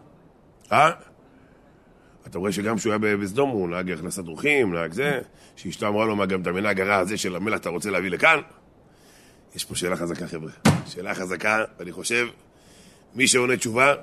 אתה רואה שגם שהוא היה בסדום, הוא נהג הכנסת אורחים, נהג זה, שאשתו אמרה לו מה גם את המנהג הרע הזה של המלח אתה רוצה להביא לכאן. יש פה שאלה חזקה, חבר'ה. שאלה חזקה, ואני חושב, מי שעונה תשובה,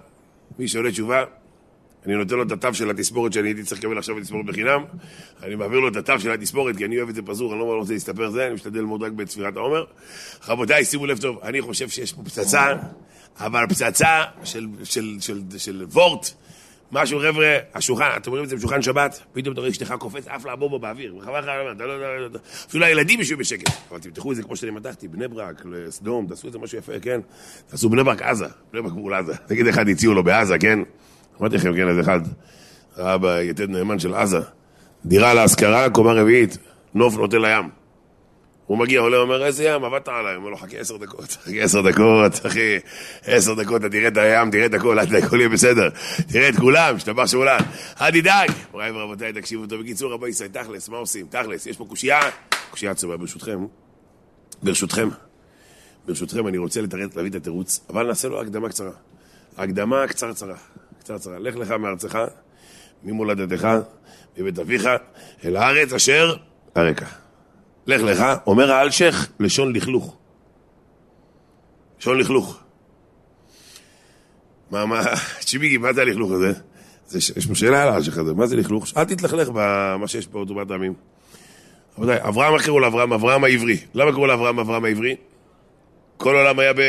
אני נותן לו את התו של התספורת שאני הייתי צריך לקבל עכשיו תספורת בחינם, אני מעביר לו את התו של התספורת, כי אני אוהב את זה פזור, אני לא רוצה להסתפר זה, אני משתדל מאוד רק בספירת העומר. רבותיי, שימו לב טוב, אני חושב שיש פה פצצה, אבל פצצה של וורט, משהו חבר'ה, השולחן, אתם רואים את זה בשולחן שבת, פתאום אתה רואה אשתך קופץ, אף לעבור בו באוויר, אפילו הילדים ישבו בשקט. אבל תפתחו את זה כמו שאני מתחתי, בני ברק, לסדום, תעשו את זה משהו יפה, כן? תעשו בני ברק עזה, בני ברק מול עזה. נגיד אחד הציעו לו בעזה, כן? אמרתי לכם, כן, איזה אחד, ראה ביתד נאמן של עזה, דירה להשכרה, קומה רביעית, נוף נוטה לים. הוא מגיע, עולה, אומר, איזה ים, עבדת עליי. הוא אומר לו, חכה 10 דקות, חכה 10 דקות, אחי, 10 דקות, אתה תראה את הים, תראה את הכל, הכל יהיה בסדר. תראה את כולם, שתבח שאולן. אל תדאג. מוריי ורבותיי, תקשיבו אותו. בקיצור, רבי ישראל, תכלס, מה עושים? תכלס, יש פה קושייה עצובה, ברשותכם, אני רוצה להביא את התירוץ, אבל נעשה לו הקדמה קצרה. הקדמה קצרצרה. לך לך מארצך, ממולדתך, מבית אביך, אל הארץ אשר הרקע. לך לך, אומר האלשך, לשון לכלוך. לשון לכלוך. תשיבי, מה זה הלכלוך הזה? יש פה שאלה על האלשך הזה, מה זה לכלוך? אל תתלכלך במה שיש פה תרומת העמים. רבותיי, אברהם, איך קראו לאברהם? אברהם העברי. למה קראו לאברהם אברהם העברי? כל העולם היה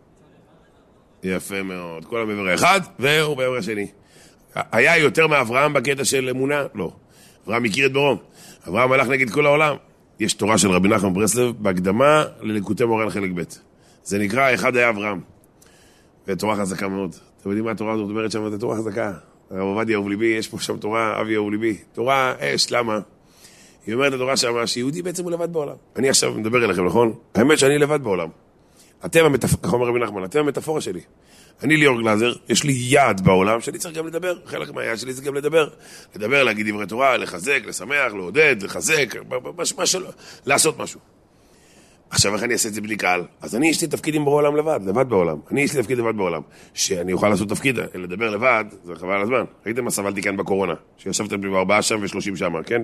יפה מאוד. כל העולם בעבר אחד, והוא בעבר השני. היה יותר מאברהם בקטע של אמונה? לא. אברהם הכיר את ברום. אברהם הלך נגד כל העולם. יש תורה של רבי נחמן ברסלב בהקדמה לליקוטי מוהר"ן חלק ב'. זה נקרא אחד היה אברהם. ותורה חזקה מאוד. אתם יודעים מה התורה הזאת אומרת שם? זה תורה חזקה. הרב עובדיה אהוב ליבי, יש פה שם תורה אבי אהוב ליבי. תורה אש, למה? היא אומרת התורה שם שיהודי בעצם הוא לבד בעולם. אני עכשיו מדבר אליכם, נכון? האמת שאני לבד בעולם. אתם המטאפורה שלי. אני ליאור גלאזר, יש לי יעד בעולם שאני צריך גם לדבר. חלק מהיעד שלי זה גם לדבר. לדבר, להגיד דברי תורה, לחזק, לשמח, לעודד, לחזק, לעשות משהו. עכשיו, איך אני אעשה את זה בלי קהל? אז אני יש לי תפקידים בעולם לבד בעולם. יש לי תפקיד לבד בעולם. שאני אוכל לעשות תפקיד, לדבר לבד, זה חבל על הזמן. ראיתם מה סבלתי כאן בקורונה? שישבתם לי 4 שם ו30 שם, כן?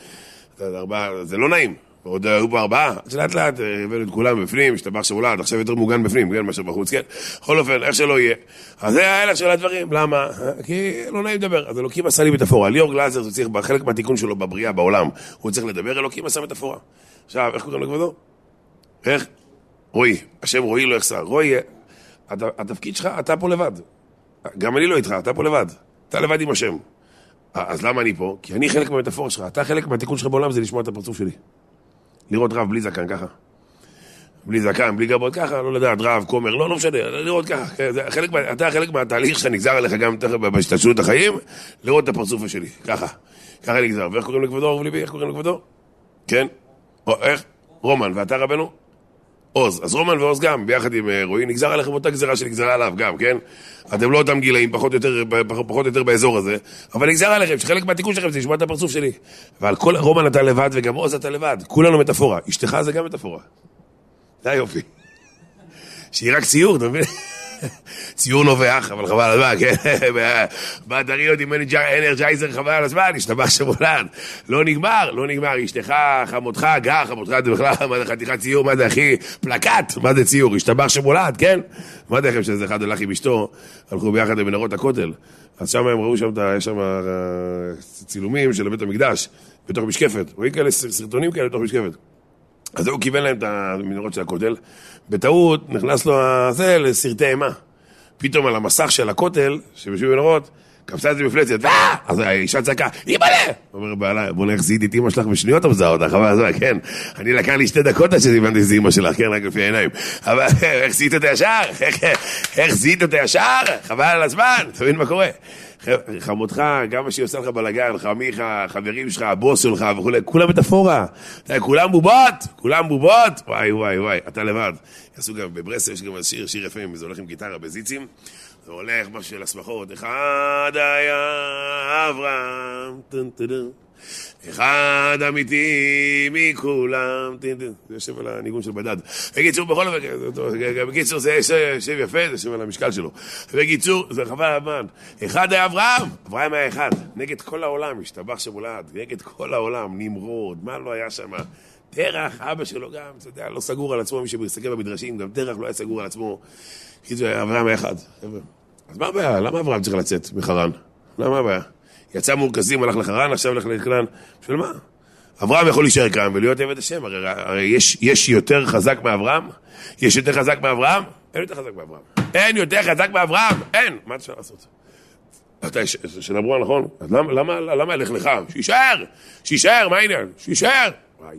זה לא נעים. ועוד היו פה 4, אז לאט לאט הבאנו את כולם בפנים, השתבח שאולד, עכשיו יותר מוגן בפנים, כן, מאשר בחוץ, כן. בכל אופן, איך שלא יהיה. אז זה ההלך של הדברים, למה? כי לא נעים לדבר. אז אלוקים עשה לי מטאפורה. ליאור גלאזר, הוא צריך, בחלק מהתיקון שלו בבריאה, בעולם, הוא צריך לדבר, אלוקים עשה מטאפורה. עכשיו, איך קוראים לכבודו? איך? רועי. השם רועי לא יחסר. רועי, התפקיד שלך, אתה פה לבד. גם אני לא איתך, אתה פה לבד. אתה לבד עם השם. אז למה אני פה? כי אני חלק מהמטאפורה שלך. אתה חלק מהתיקון שלך בעולם, זה לשמוע את הפרצוף שלי. לראות רב בלי זקן ככה. בלי זקן, בלי גבות ככה, לא לדעת, רב, כומר, לא משנה, לראות ככה. אתה חלק מהתהליך שנגזר עליך גם בהשתתשות החיים, לראות את הפרצוף שלי, ככה. ככה נגזר. ואיך קוראים לכבודו, רב ליבי? איך קוראים לכבודו? כן? איך? רומן. ואתה רבנו? עוז. אז רומן ועוז גם, ביחד עם רועי, נגזר עליכם אותה גזרה שנגזרה עליו גם, כן? אתם לא אותם גילאים, פחות או יותר באזור הזה, אבל נגזר עליכם, שחלק מהתיקון שלכם זה לשמוע את הפרצוף שלי. ועל כל רומן אתה לבד וגם עוז אתה לבד, כולנו מטאפורה. אשתך זה גם מטאפורה. זה היופי. שהיא רק ציור, אתה מבין? ציור נובח, אבל חבל על הזמן, כן? בטריות עם אנרג'ייזר חבל על הזמן, השתבח שמולד. לא נגמר, אשתך, חמותך, גר, חמותך, זה בכלל, מה זה חתיכת ציור, מה זה אחי? פלקט, מה זה ציור? השתבח שמולד, כן? מה דרכם שזה אחד הלך עם אשתו, הלכו ביחד במנהרות הכותל. אז שם הם ראו שם, יש שם צילומים של בית המקדש, בתוך משקפת. רואים כאלה סרטונים כאלה בתוך משקפת. אז הוא קיבל להם את המנהרות של הכותל, בטעות נכנס לו זה לסרטי אימה. פתאום על המסך של הכותל, שבשביל מנהרות, קפצה את זה מפלצת, אז האישה צעקה, אימא'לה! אומר בעלה, בוא נלך זיהית את אמא שלך בשניות המזהה אותך, אבל כן, אני לקח לי 2 דקות עד שזיוונתי שזה אמא שלך, כן, רק לפי העיניים. אבל איך זיהית אותה ישר? איך זיהית אותה ישר? חבל על הזמן, תבין מה קורה. חמותך, גם מה שהיא עושה לך בלגן, חמיך, חברים שלך, הבוס שלך וכו', כולם מטאפורה, כולם בובות, וואי, אתה לבד. יעשו גם בברסלב, יש גם שיר יפה, זה הולך עם גיטרה בזיצים, זה הולך משהו של הסמכות, אחד היה אברהם, אחד אמיתי מכולם, זה יושב על הניגון של בדד. בקיצור, בכל אופן, בקיצור זה יושב יפה, זה יושב על המשקל שלו. בקיצור, זה חבל הזמן. אחד היה אברהם היה אחד, נגד כל העולם, השתבח שמולד, נגד כל העולם, נמרוד, מה לא היה שם? תרח, אבא שלו גם, אתה יודע, לא סגור על עצמו, מי שמסתכל במדרשים, גם תרח לא היה סגור על עצמו. קיצור, אברהם היה אחד. אז מה הבעיה? למה אברהם צריך לצאת מחרן? למה הבעיה? יצא מורכזים, הלך לחרן, עכשיו הלך לחרן. בשביל מה? אברהם יכול להישאר כאן ולהיות עבד השם. הרי יש יותר חזק מאברהם? יש יותר חזק מאברהם? אין יותר חזק מאברהם. אין יותר חזק מאברהם? אין. מה אפשר לעשות? אתה של אברהם, נכון? אז למה ילך לך? שישאר, מה העניין? שישאר!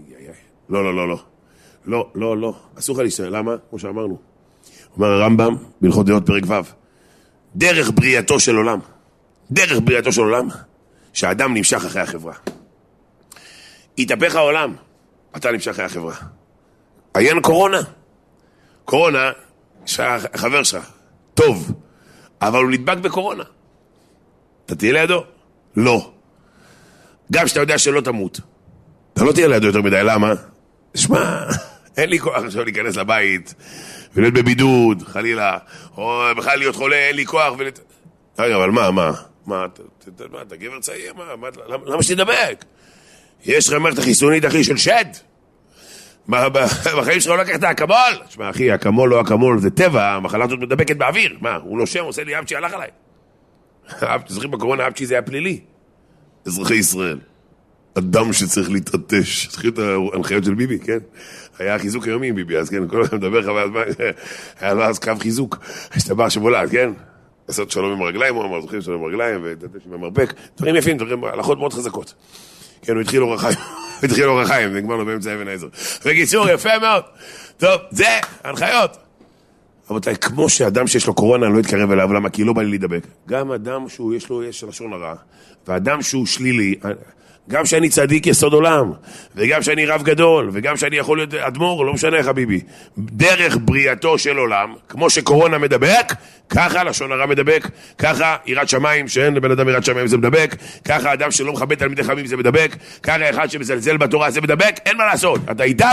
לא, אסור לך להשתער, למה? כמו שאמרנו. אומר הרמב"ם, בהלכות דעות פרק ו', דרך בריאתו של עולם, שהאדם נמשך אחרי החברה. יתהפך העולם, אתה נמשך אחרי החברה. עיין קורונה, שהחבר שלך, טוב, אבל הוא נדבק בקורונה. אתה תהיה לידו? לא. גם שאתה יודע שלא תמות. אתה לא תהיה לידו יותר מדי, למה? שמע, אין לי כוח עכשיו להיכנס לבית, ולהיות בבידוד, חלילה, או בכלל להיות חולה, אין לי כוח, רגע, אבל מה, אתה גבר צעיר, למה שתדבק? יש לך מערכת החיסונית, אחי, של שד. בחיים שלך לא לקחת אקמול. תשמע, אחי, אקמול לא אקמול, זה טבע, המחלה הזאת מדבקת באוויר. מה, הוא נושם, עושה לי אבצ'י, הלך עליי. זוכרים בקורונה, אבצ'י זה היה פלילי. אזרחי ישראל. אדם שצריך להתעטש. זוכרים את ההנחיות של ביבי, כן? היה חיזוק היומי עם ביבי, אז כן, כל אחד מדבר לך, היה לו אז קו חיזוק. השתבח שבולד, כן? לעשות שלום עם הרגליים, הוא אמר, זוכרים שלום עם הרגליים, ולהתעטש עם המרפק. דברים יפים, הלכות מאוד חזקות. כן, הוא התחיל אור החיים, נגמר לו באמצע אבן העזר. בקיצור, יפה מאוד. טוב, זה, הנחיות. רבותיי, כמו שאדם שיש לו קורונה לא יתקרב אליו, למה? כי לא בא לי להידבק. גם אדם יש לו לשון הרע, ואדם שהוא שלילי, גם שאני צדיק יסוד עולם, וגם שאני רב גדול, וגם שאני יכול להיות אדמו"ר, לא משנה חביבי. דרך בריאתו של עולם, כמו שקורונה מדבק, ככה לשון הרע מדבק, ככה יראת שמיים, שאין לבן אדם יראת שמיים זה מדבק, ככה אדם שלא מכבד תלמידי חכמים זה מדבק, ככה אחד שמזלזל בתורה זה מדבק, אין מה לעשות. אתה איתם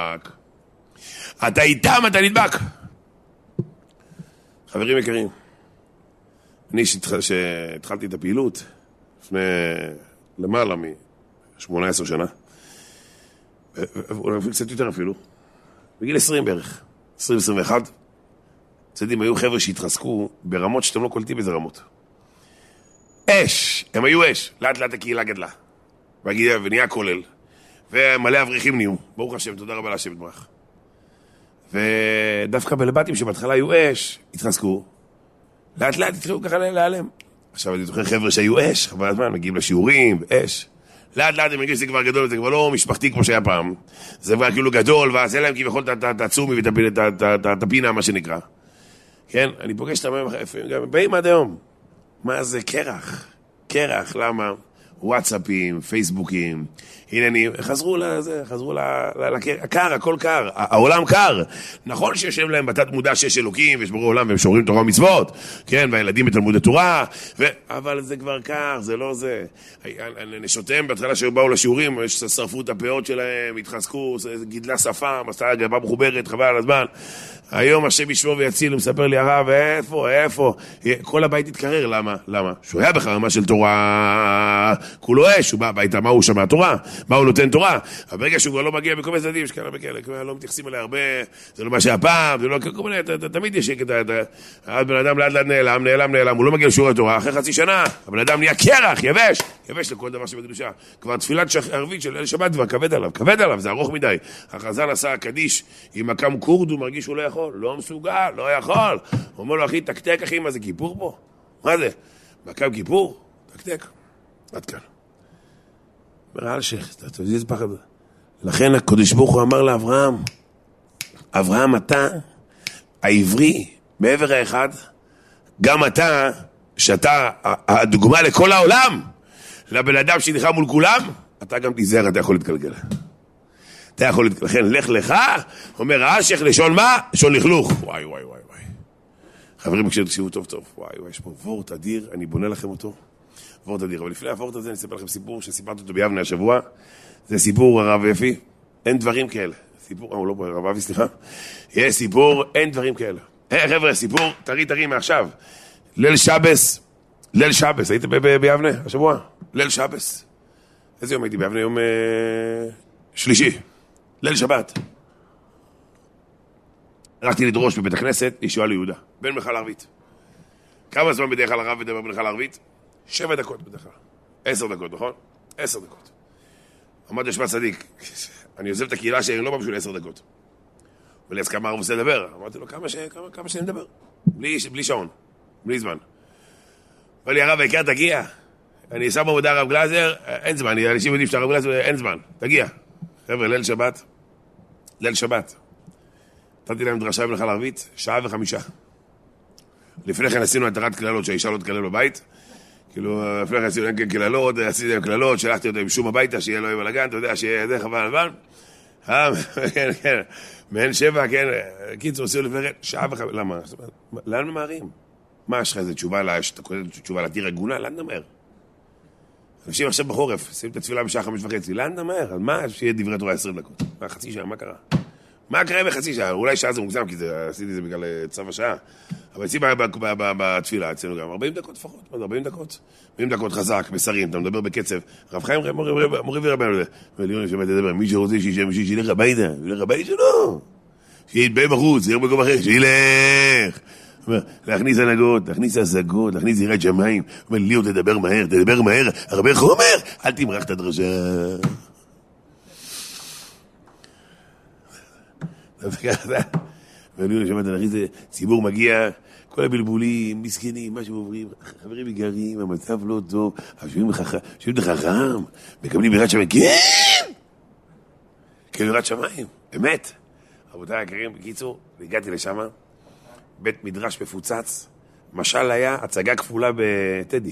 אתה נדבק. חברים יקרים, אני שהתחלתי את הפעילות לפני למעלה מ-18 שנה, אולי קצת יותר אפילו, בגיל 20 בערך, 20-21, צדים היו חבר'ה שהתחזקו ברמות שאתם לא קולטים איזה רמות. הם היו אש, לאט לאט הקהילה גדלה, ונהיה כולל, ומלא אברכים נהיו, ברוך השם, תודה רבה להשם יתברך. ודווקא בלבטים שבהתחלה היו אש, התחזקו, לאט לאט התחילו ככה להיעלם. עכשיו אני זוכר חבר'ה שהיו אש, חבל הזמן, מגיעים לשיעורים, אש. לאט לאט הם מגיעים שזה כבר גדול, זה כבר לא משפחתי כמו שהיה פעם. זה כבר כאילו גדול, ואז אין להם כביכול את הצומי ואת הפינה, מה שנקרא. כן, אני פוגש את המים, באים עד היום. מה זה? קרח, למה? וואטסאפים, פייסבוקים, עניינים, חזרו לקר, הכל קר, העולם קר. נכון שיושב להם בתת מודע שיש אלוקים, ויש בורא עולם, והם שורים תורה ומצוות, כן, והילדים בתלמוד התורה, אבל זה כבר קר, זה לא זה. נשותיהם בהתחלה שבאו לשיעורים, שרפו את הפאות שלהם, התחזקו, גידלה שפה, עשתה גבה מחוברת, חבל על הזמן. היום השם ישמור ויציל, הוא מספר לי הרב, איפה? כל הבית התקרר, למה? שהוא היה בחרמה של תורה, כולו אש, הוא בא הביתה, מה הוא שמע? תורה, מה הוא נותן תורה? אבל ברגע שהוא כבר לא מגיע בכל מיני צדדים, יש כאלה וכאלה, לא מתייחסים אליה הרבה, זה לא מה שהיה פעם, זה לא כל מיני, תמיד יש שקט, הבן אדם לאט נעלם, הוא לא מגיע לשיעור התורה, אחרי חצי שנה, הבן אדם נהיה קרח, יבש לכל דבר שבקדושה. כבר תפילת ערבית של שבת כבר כבד עליו, זה ארוך מדי. החזן עשה קדיש עם מקם קורד, הוא מרגיש שהוא לא יכול, לא מסוגל, לא יכול. הוא אומר לו, אחי, תקתק, אחי, מה זה כיפור פה? מה זה? מקם כיפור? תקתק. עד כאן. אומר אלשיך, אתה יודע איזה פחד. לכן הקדוש ברוך הוא אמר לאברהם, אברהם אתה, העברי, מעבר האחד, גם אתה, שאתה הדוגמה לכל העולם, לבן אדם שנלחם מול כולם, אתה גם תיזהר, אתה יכול להתגלגל. לכן, לך, אומר אלשיך, לשון מה? לשון לכלוך. וואי. חברים, תקשיבו טוב. וואי, יש פה וורט אדיר, אני בונה לכם אותו. וורט אדיר, אבל לפני הוורט הזה אני אספר לכם סיפור שסיפרתי אותו ביבנה השבוע. זה סיפור הרב אפי, אין דברים כאלה. לא הרב אבי, סליחה. יש סיפור, אין דברים כאלה. חבר'ה, סיפור, טרי מעכשיו. ליל שבס, הייתם ביבנה השבוע? ליל שבס. איזה יום הייתי ביבנה? יום שלישי. ליל שבת. הלכתי לדרוש בבית הכנסת ישועה ליהודה, בן מיכל ערבית. כמה זמן בדרך כלל הרב מדבר במיכל ערבית? 7 דקות בדרך כלל. 10 דקות, נכון? 10 דקות. עמד ישמע צדיק, אני עוזב את הקהילה שאני לא בא בשביל 10 דקות. ולי, אז כמה הרב עושה לדבר? אמרתי לו, כמה שאני מדבר? בלי שעון, בלי זמן. אומר לי, הרב, העיקר תגיע. אני שם בעבודה הרב גלזר, אין זמן, אנשים יודעים שהרב גלזר, אין זמן, תגיע. חבר'ה, ליל שבת. נתתי להם דרשה במלאכה לערבית, 1.05 שעות. לפני כן עשינו התרת קללות, שהאישה לא תקלל בבית. כאילו, לפני כן עשינו קללות, עשיתי להם קללות, שלחתי אותם עם שום הביתה, שיהיה לו בלגן, אתה יודע, שיהיה זה חבל לבן. כן, מעין 7, כן. קיצור, עשינו לפני כן, 1.05 שעות. למה? לאן ממהרים? מה, יש לך איזה תשובה, שאתה קורא תשובה להתיר עגונה? לאן נמהר? אנשים עכשיו בחורף, שים את התפילה בשעה 5:30, לאן נמהר? על מה שיהיה דברי תורה 20 דקות? חצי שעה, מה קרה? מה קרה בחצי שעה? אולי שעה זה מוגזם, כי עשיתי זה בגלל צו השעה. אבל אצלי בתפילה, אצלנו גם 40 דקות לפחות, 40 דקות. 40 דקות חזק, בשרים, אתה מדבר בקצב. רב חיים מורי ורבנו, וליוני שבאת לדבר, מי שרוצה שילך הביתה, ילך הביתה שלו. שיתבא בחוץ, ילך במקום אחר, שילך. להכניס הנהגות, להכניס השגות, להכניס יראת שמיים. אומר, ליאור, תדבר מהר, הרבה חומר, אל תמרח את הדרשה. וליאור שמעת, להכניס ציבור מגיע, כל הבלבולים, מסכנים, מה שעוברים, חברים מגרים, המצב לא טוב, שומעים את החכם, מקבלים יראת שמיים, כן! כן, יראת שמיים, באמת. רבותיי היקרים, בקיצור, הגעתי לשם, בית מדרש מפוצץ, משל היה הצגה כפולה בטדי.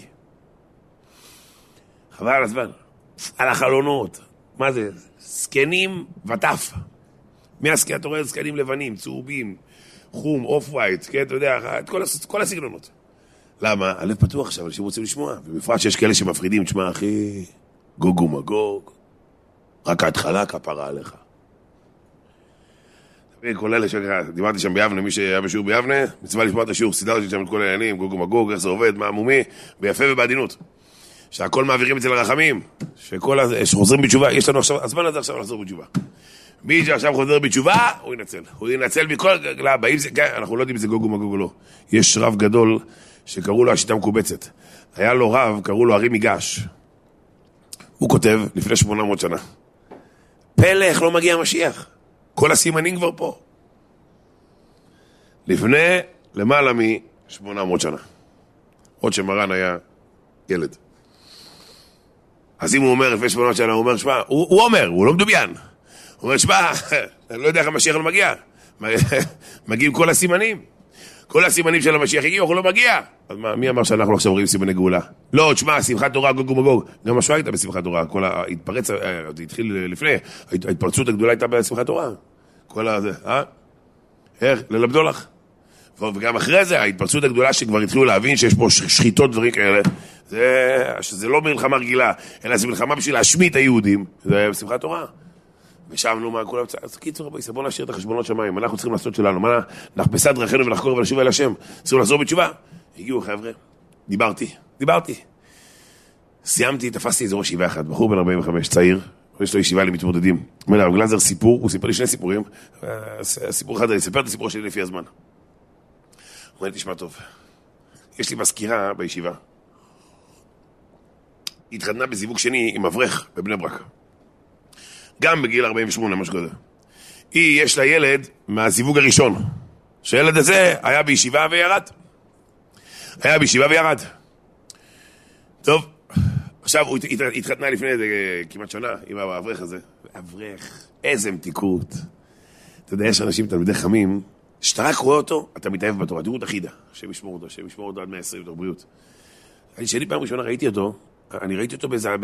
חבל על הזמן, על החלונות, מה זה? סקנים וטף. מהסקן אתה רואה סקנים לבנים, צהובים, חום, אוף ווייט, כן, אתה יודע, את כל הסגנונות. למה? הלב פתוח עכשיו, אנשים רוצים לשמוע, ובפרט שיש כאלה שמפחידים, תשמע אחי, גוג ומגוג, רק ההתחלה כפרה עליך. כל אלה דיברתי שם ביבנה, מי שהיה בשיעור ביבנה, מצווה לשמוע את השיעור, סידרתי שם את כל העניינים, גוג ומגוג, איך זה עובד, מה מומי, ביפה ובעדינות. שהכל מעבירים אצל הרחמים, שחוזרים בתשובה, יש לנו עכשיו, הזמן הזה עכשיו לחזור בתשובה. מי שעכשיו חוזר בתשובה, הוא ינצל מכל, אנחנו לא יודעים אם זה גוג ומגוג או לא. יש רב גדול שקראו לו השיטה מקובצת. היה לו רב, קראו לו הרי מיגש. הוא כותב לפני 800 שנה. פלא, איך לא מגיע המשיח? כל הסימנים כבר פה. לפני למעלה מ-800 שנה. עוד שמרן היה ילד. אז אם הוא אומר לפני 800 שנה, הוא אומר, שמה, הוא אומר, הוא לא מדומיין. הוא אומר, שמה, אני לא יודע איך המשיח לא מגיע. מגיעים כל הסימנים. כל הסימנים של המשיח הגיעו, הוא לא מגיע. אז מי אמר שאנחנו עכשיו רואים סימני גאולה? לא, תשמע, שמחת תורה, גוג ומגוג. גם השואה הייתה בשמחת תורה. כל ההתפרץ, זה התחיל לפני, ההתפרצות הגדולה הייתה בשמחת תורה. כל הזה, איך? ללמדו לך. וגם אחרי זה, ההתפרצות הגדולה שכבר התחילו להבין שיש פה שחיטות דברים כאלה, שזה לא מלחמה רגילה, אלא זה מלחמה בשביל להשמיד את היהודים. זה בשמחת תורה. ושם נו מה, כולם, אז קיצור רבי, בוא נשאיר את החשבונות שמיים, אנחנו צריכים לעשות שלנו, מה נחפשה דרכינו ולחקור ולשוב אל השם, צריכים לחזור בתשובה. הגיעו חבר'ה, דיברתי. סיימתי, תפסתי איזה ראש ישיבה אחד, בחור בן 45, צעיר, יש לו ישיבה למתמודדים. אומר הרב גלזר סיפור, הוא סיפר לי 2 סיפורים, סיפור אחד, אני אספר את הסיפור שלי לפי הזמן. הוא אומר לי, תשמע טוב, יש לי מזכירה בישיבה, היא התחתנה בזיווג שני עם אברך בבני ברק. גם בגיל 48, משהו כזה. יש לה ילד מהזיווג הראשון, שהילד הזה היה בישיבה וירד. טוב, עכשיו הוא התחתנה לפני איזה כמעט שנה עם האברך הזה. אברך, איזה מתיקות. אתה יודע, יש אנשים, תלמידי חמים, שאתה רק רואה אותו, אתה מתאהב בתורה. תראו את החידה, השם ישמור אותו עד 120, תוך בריאות. כשאני פעם ראשונה ראיתי אותו, אני ראיתי אותו באיזה,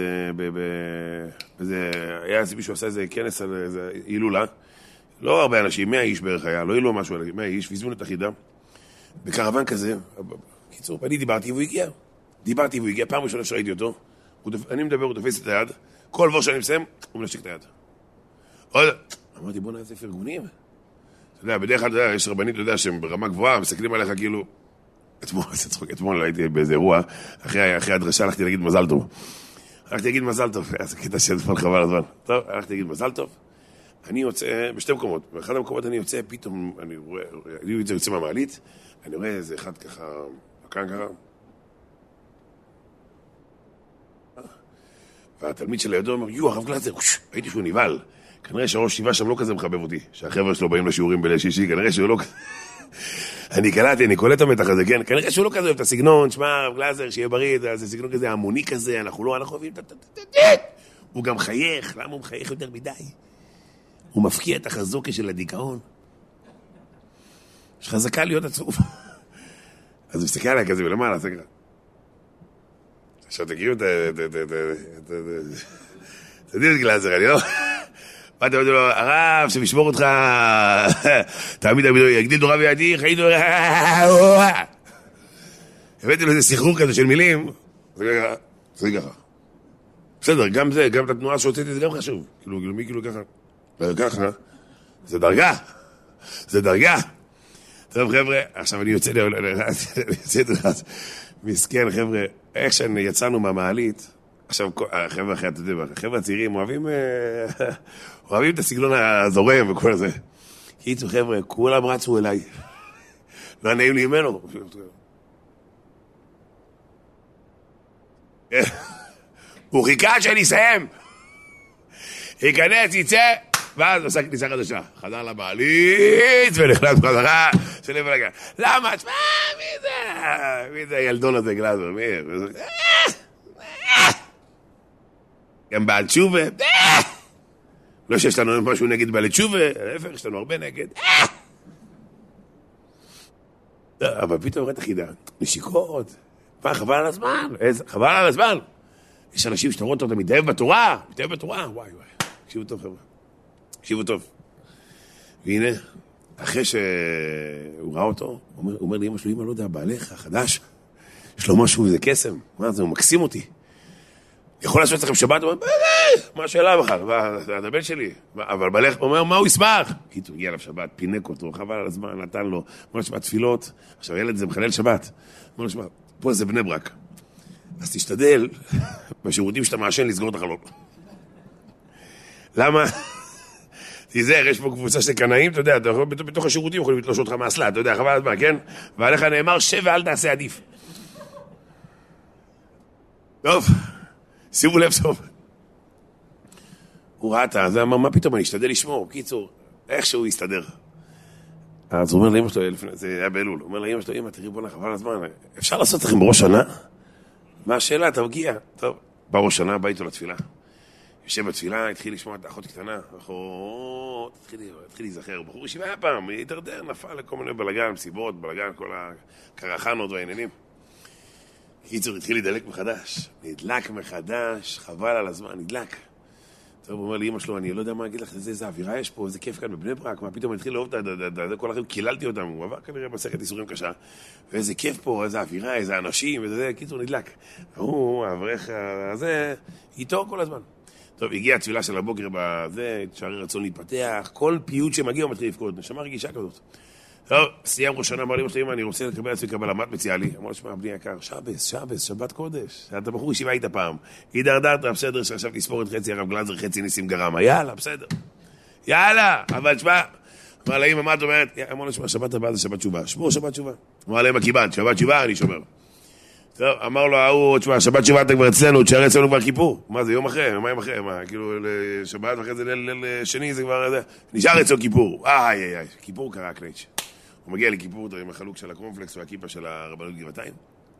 היה איזה מישהו עשה איזה כנס על איזה הילולה, לא הרבה אנשים, 100 איש בערך היה, לא הילו משהו, 100 איש, והזמינו את החידה, בקרוון כזה, קיצור, אני דיברתי והוא הגיע, פעם ראשונה שראיתי אותו, אני מדבר, הוא תופס את היד, כל דבר שאני מסיים, הוא מנשק את היד. אמרתי, בוא נעשה פרגונים. אתה יודע, בדרך כלל, יש רבנים, אתה יודע, שהם ברמה גבוהה, מסתכלים עליך כאילו, אתמול הייתי באיזה אירוע, אחרי הדרשה הלכתי להגיד מזל טוב. אז הקטע שדפל חבל הזמן. טוב, הלכתי להגיד מזל טוב. אני יוצא, בשתי מקומות, באחד המקומות אני יוצא, פתאום, אני יוצא מהמעלית, אני רואה איזה אחד ככה, כאן ככה. והתלמיד של הידו אומר, הרב גלזר, ראיתי שהוא נבהל. כנראה שהראש ישיבה שם לא כזה מחבב אותי, שהחבר'ה שלו באים לשיעורים בליל שישי, כנראה שהוא לא כזה. אני קולט המתח הזה, כן? כנראה שהוא לא כזה אוהב את הסגנון, שמע, גלאזר, שיהיה בריא, זה סגנון כזה המוני כזה, אנחנו אוהבים הוא גם חייך, למה הוא מחייך יותר מדי? הוא מפקיע את החזוקה של הדיכאון. יש חזקה להיות עצוב. אז הוא מסתכל עליי כזה ולמעלה, זה ככה. עכשיו תגיעו את גלאזר, אני לא... באתי ואומרתי לו, הרב, שמשמור אותך, תעמיד, יגדיל תורה וידי, חיי תורה, הבאתי לו איזה סחרור כזה של מילים, זה ככה. בסדר, גם זה, גם את התנועה שהוצאתי, זה גם חשוב. כאילו, מי כאילו ככה? ככה, זה דרגה. זה דרגה. טוב, חבר'ה, עכשיו אני יוצא את זה, מסכן, חבר'ה, איך שיצאנו מהמעלית, עכשיו, החבר'ה אחרי, אתה יודע, החבר'ה הצעירים אוהבים את הסגנון הזורם וכל זה. קיצור, חבר'ה, כולם רצו אליי. לא נעים לי ממנו. הוא חיכה שאני אסיים. ייכנס, יצא, ואז עושה כניסה חדשה. חזר למעלית ונכנס בחזרה. שלב על הגן. למה? תשמע, מי זה? מי זה הילדון הזה, גלאזר? מי? גם בעל תשובה. לא שיש לנו משהו נגד בעל תשובה, להפך, יש לנו הרבה נגד. אבל פתאום ראית חידה. נשיקות. חבל על הזמן. חבל על הזמן. יש אנשים שאתה רואה אותם מתאהב בתורה. מתאהב בתורה. וואי. תקשיבו טוב, חבר'ה. תקשיבו טוב. והנה, אחרי שהוא ראה אותו, הוא אומר לי, אמא שלו, אמא, לא יודע, בעלך החדש, יש לו משהו, זה קסם. מה זה, הוא מקסים אותי. יכול לעשות לכם שבת? הוא אומר, מה השאלה בכלל? זה הבן שלי. אבל בעלך, הוא אומר, מה הוא ישמח? הוא הגיע אליו שבת, פינק אותו, חבל על הזמן, נתן לו, אמר לשמע תפילות. עכשיו, ילד זה מחלל שבת. אמר לשמע, פה זה בני ברק. אז תשתדל, בשירותים שאתה מעשן, לסגור את החלון. למה? תיזהר, יש פה קבוצה של קנאים, אתה יודע, בתוך השירותים יכולים לתלוש אותך מהסלה, אתה יודע, חבל על הזמן, כן? ועליך נאמר, שב ואל תעשה עדיף. טוב, שימו לב טוב. הוא ראה את זה, אמר, מה פתאום, אני אשתדל לשמור, קיצור, איך שהוא יסתדר. אז הוא אומר לאמא שלו, זה היה באלול, הוא אומר לאמא שלו, אמא, תראי, בוא נחבל על הזמן, אפשר לעשות לכם בראש שנה? מה השאלה? אתה מגיע. טוב, בראש שנה, בא איתו לתפילה. יושב בתפילה, התחיל לשמוע את האחות קטנה, אחות, התחיל להיזכר, בחור ישיבה היה פעם, התדרדר, נפל לכל מיני בלגן, מסיבות, בלגן, כל הקרחנות והעניינים. קיצור, התחיל להידלק מחדש, נדלק מחדש, חבל על הזמן, נדלק. טוב, הוא אומר לי, אמא שלו, אני לא יודע מה להגיד לך, איזה אווירה יש פה, איזה כיף כאן בבני ברק, מה פתאום התחיל לאהוב את זה, כל החיים קיללתי אותם, הוא עבר כנראה מסכת איסורים קשה, ואיזה כיף פה, איזה אווירה, איזה אנשים, איזה זה, קיצור, נדלק. הוא, האברך הזה, איתו כל הזמן. טוב, הגיעה התפילה של הבוקר בזה, שערי רצון להתפתח, כל פיוט שמגיע הוא מתחיל לפקוד, נשמה רגישה כזאת. טוב, סיים ראש שנה, אמר לי, אמא, אני רוצה לקבל עצמי קבל, מה את מציעה לי? אמר לו, שמע, בני יקר, שבס, שבת קודש. אתה בחור ישיבה היית פעם. הידרדרת, בסדר, שעכשיו תספור את חצי הרב גלאזר, חצי ניסים גרמה. יאללה, בסדר. יאללה, אבל שמע, אמר לה, אמא, מה את אומרת? אמר לו, שמע, שבת הבאה זה שבת תשובה. שמור שבת תשובה. אמר לה, אמא, קיבלת, שבת תשובה, אני שומר. טוב, אמר לו, ההוא, תשמע, שבת תשובה אתה כבר אצלנו, תשאר אצלנו כבר כיפור. מה זה, יום אחרי, מה יום אחרי? מה, כאילו, שבת ואחרי זה ליל שני, זה כבר, נשאר אצלו כיפור. איי, כיפור קרה קלייץ'. הוא מגיע לכיפור עם החלוק של הקרונפלקס והכיפה של הרבנות גבעתיים.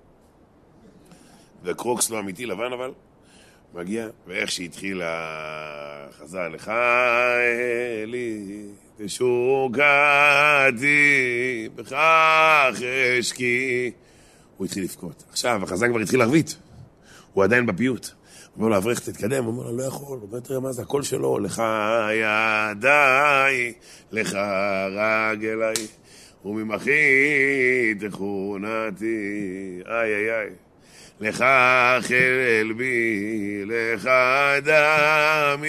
וקרוקס לא אמיתי, לבן אבל. מגיע, ואיך שהתחיל חזר לך אלי, תשוקתי, בכך אשקי. הוא התחיל לבכות. עכשיו, החזק כבר התחיל להרבית. הוא עדיין בפיוט. הוא אומר לו, אברך, תתקדם. הוא אומר לו, לא יכול. הוא אומר, תראה מה זה, הקול שלו. לך ידיי, לך רגליי. וממחי תכונתי, איי, לך חלבי, לך דמי,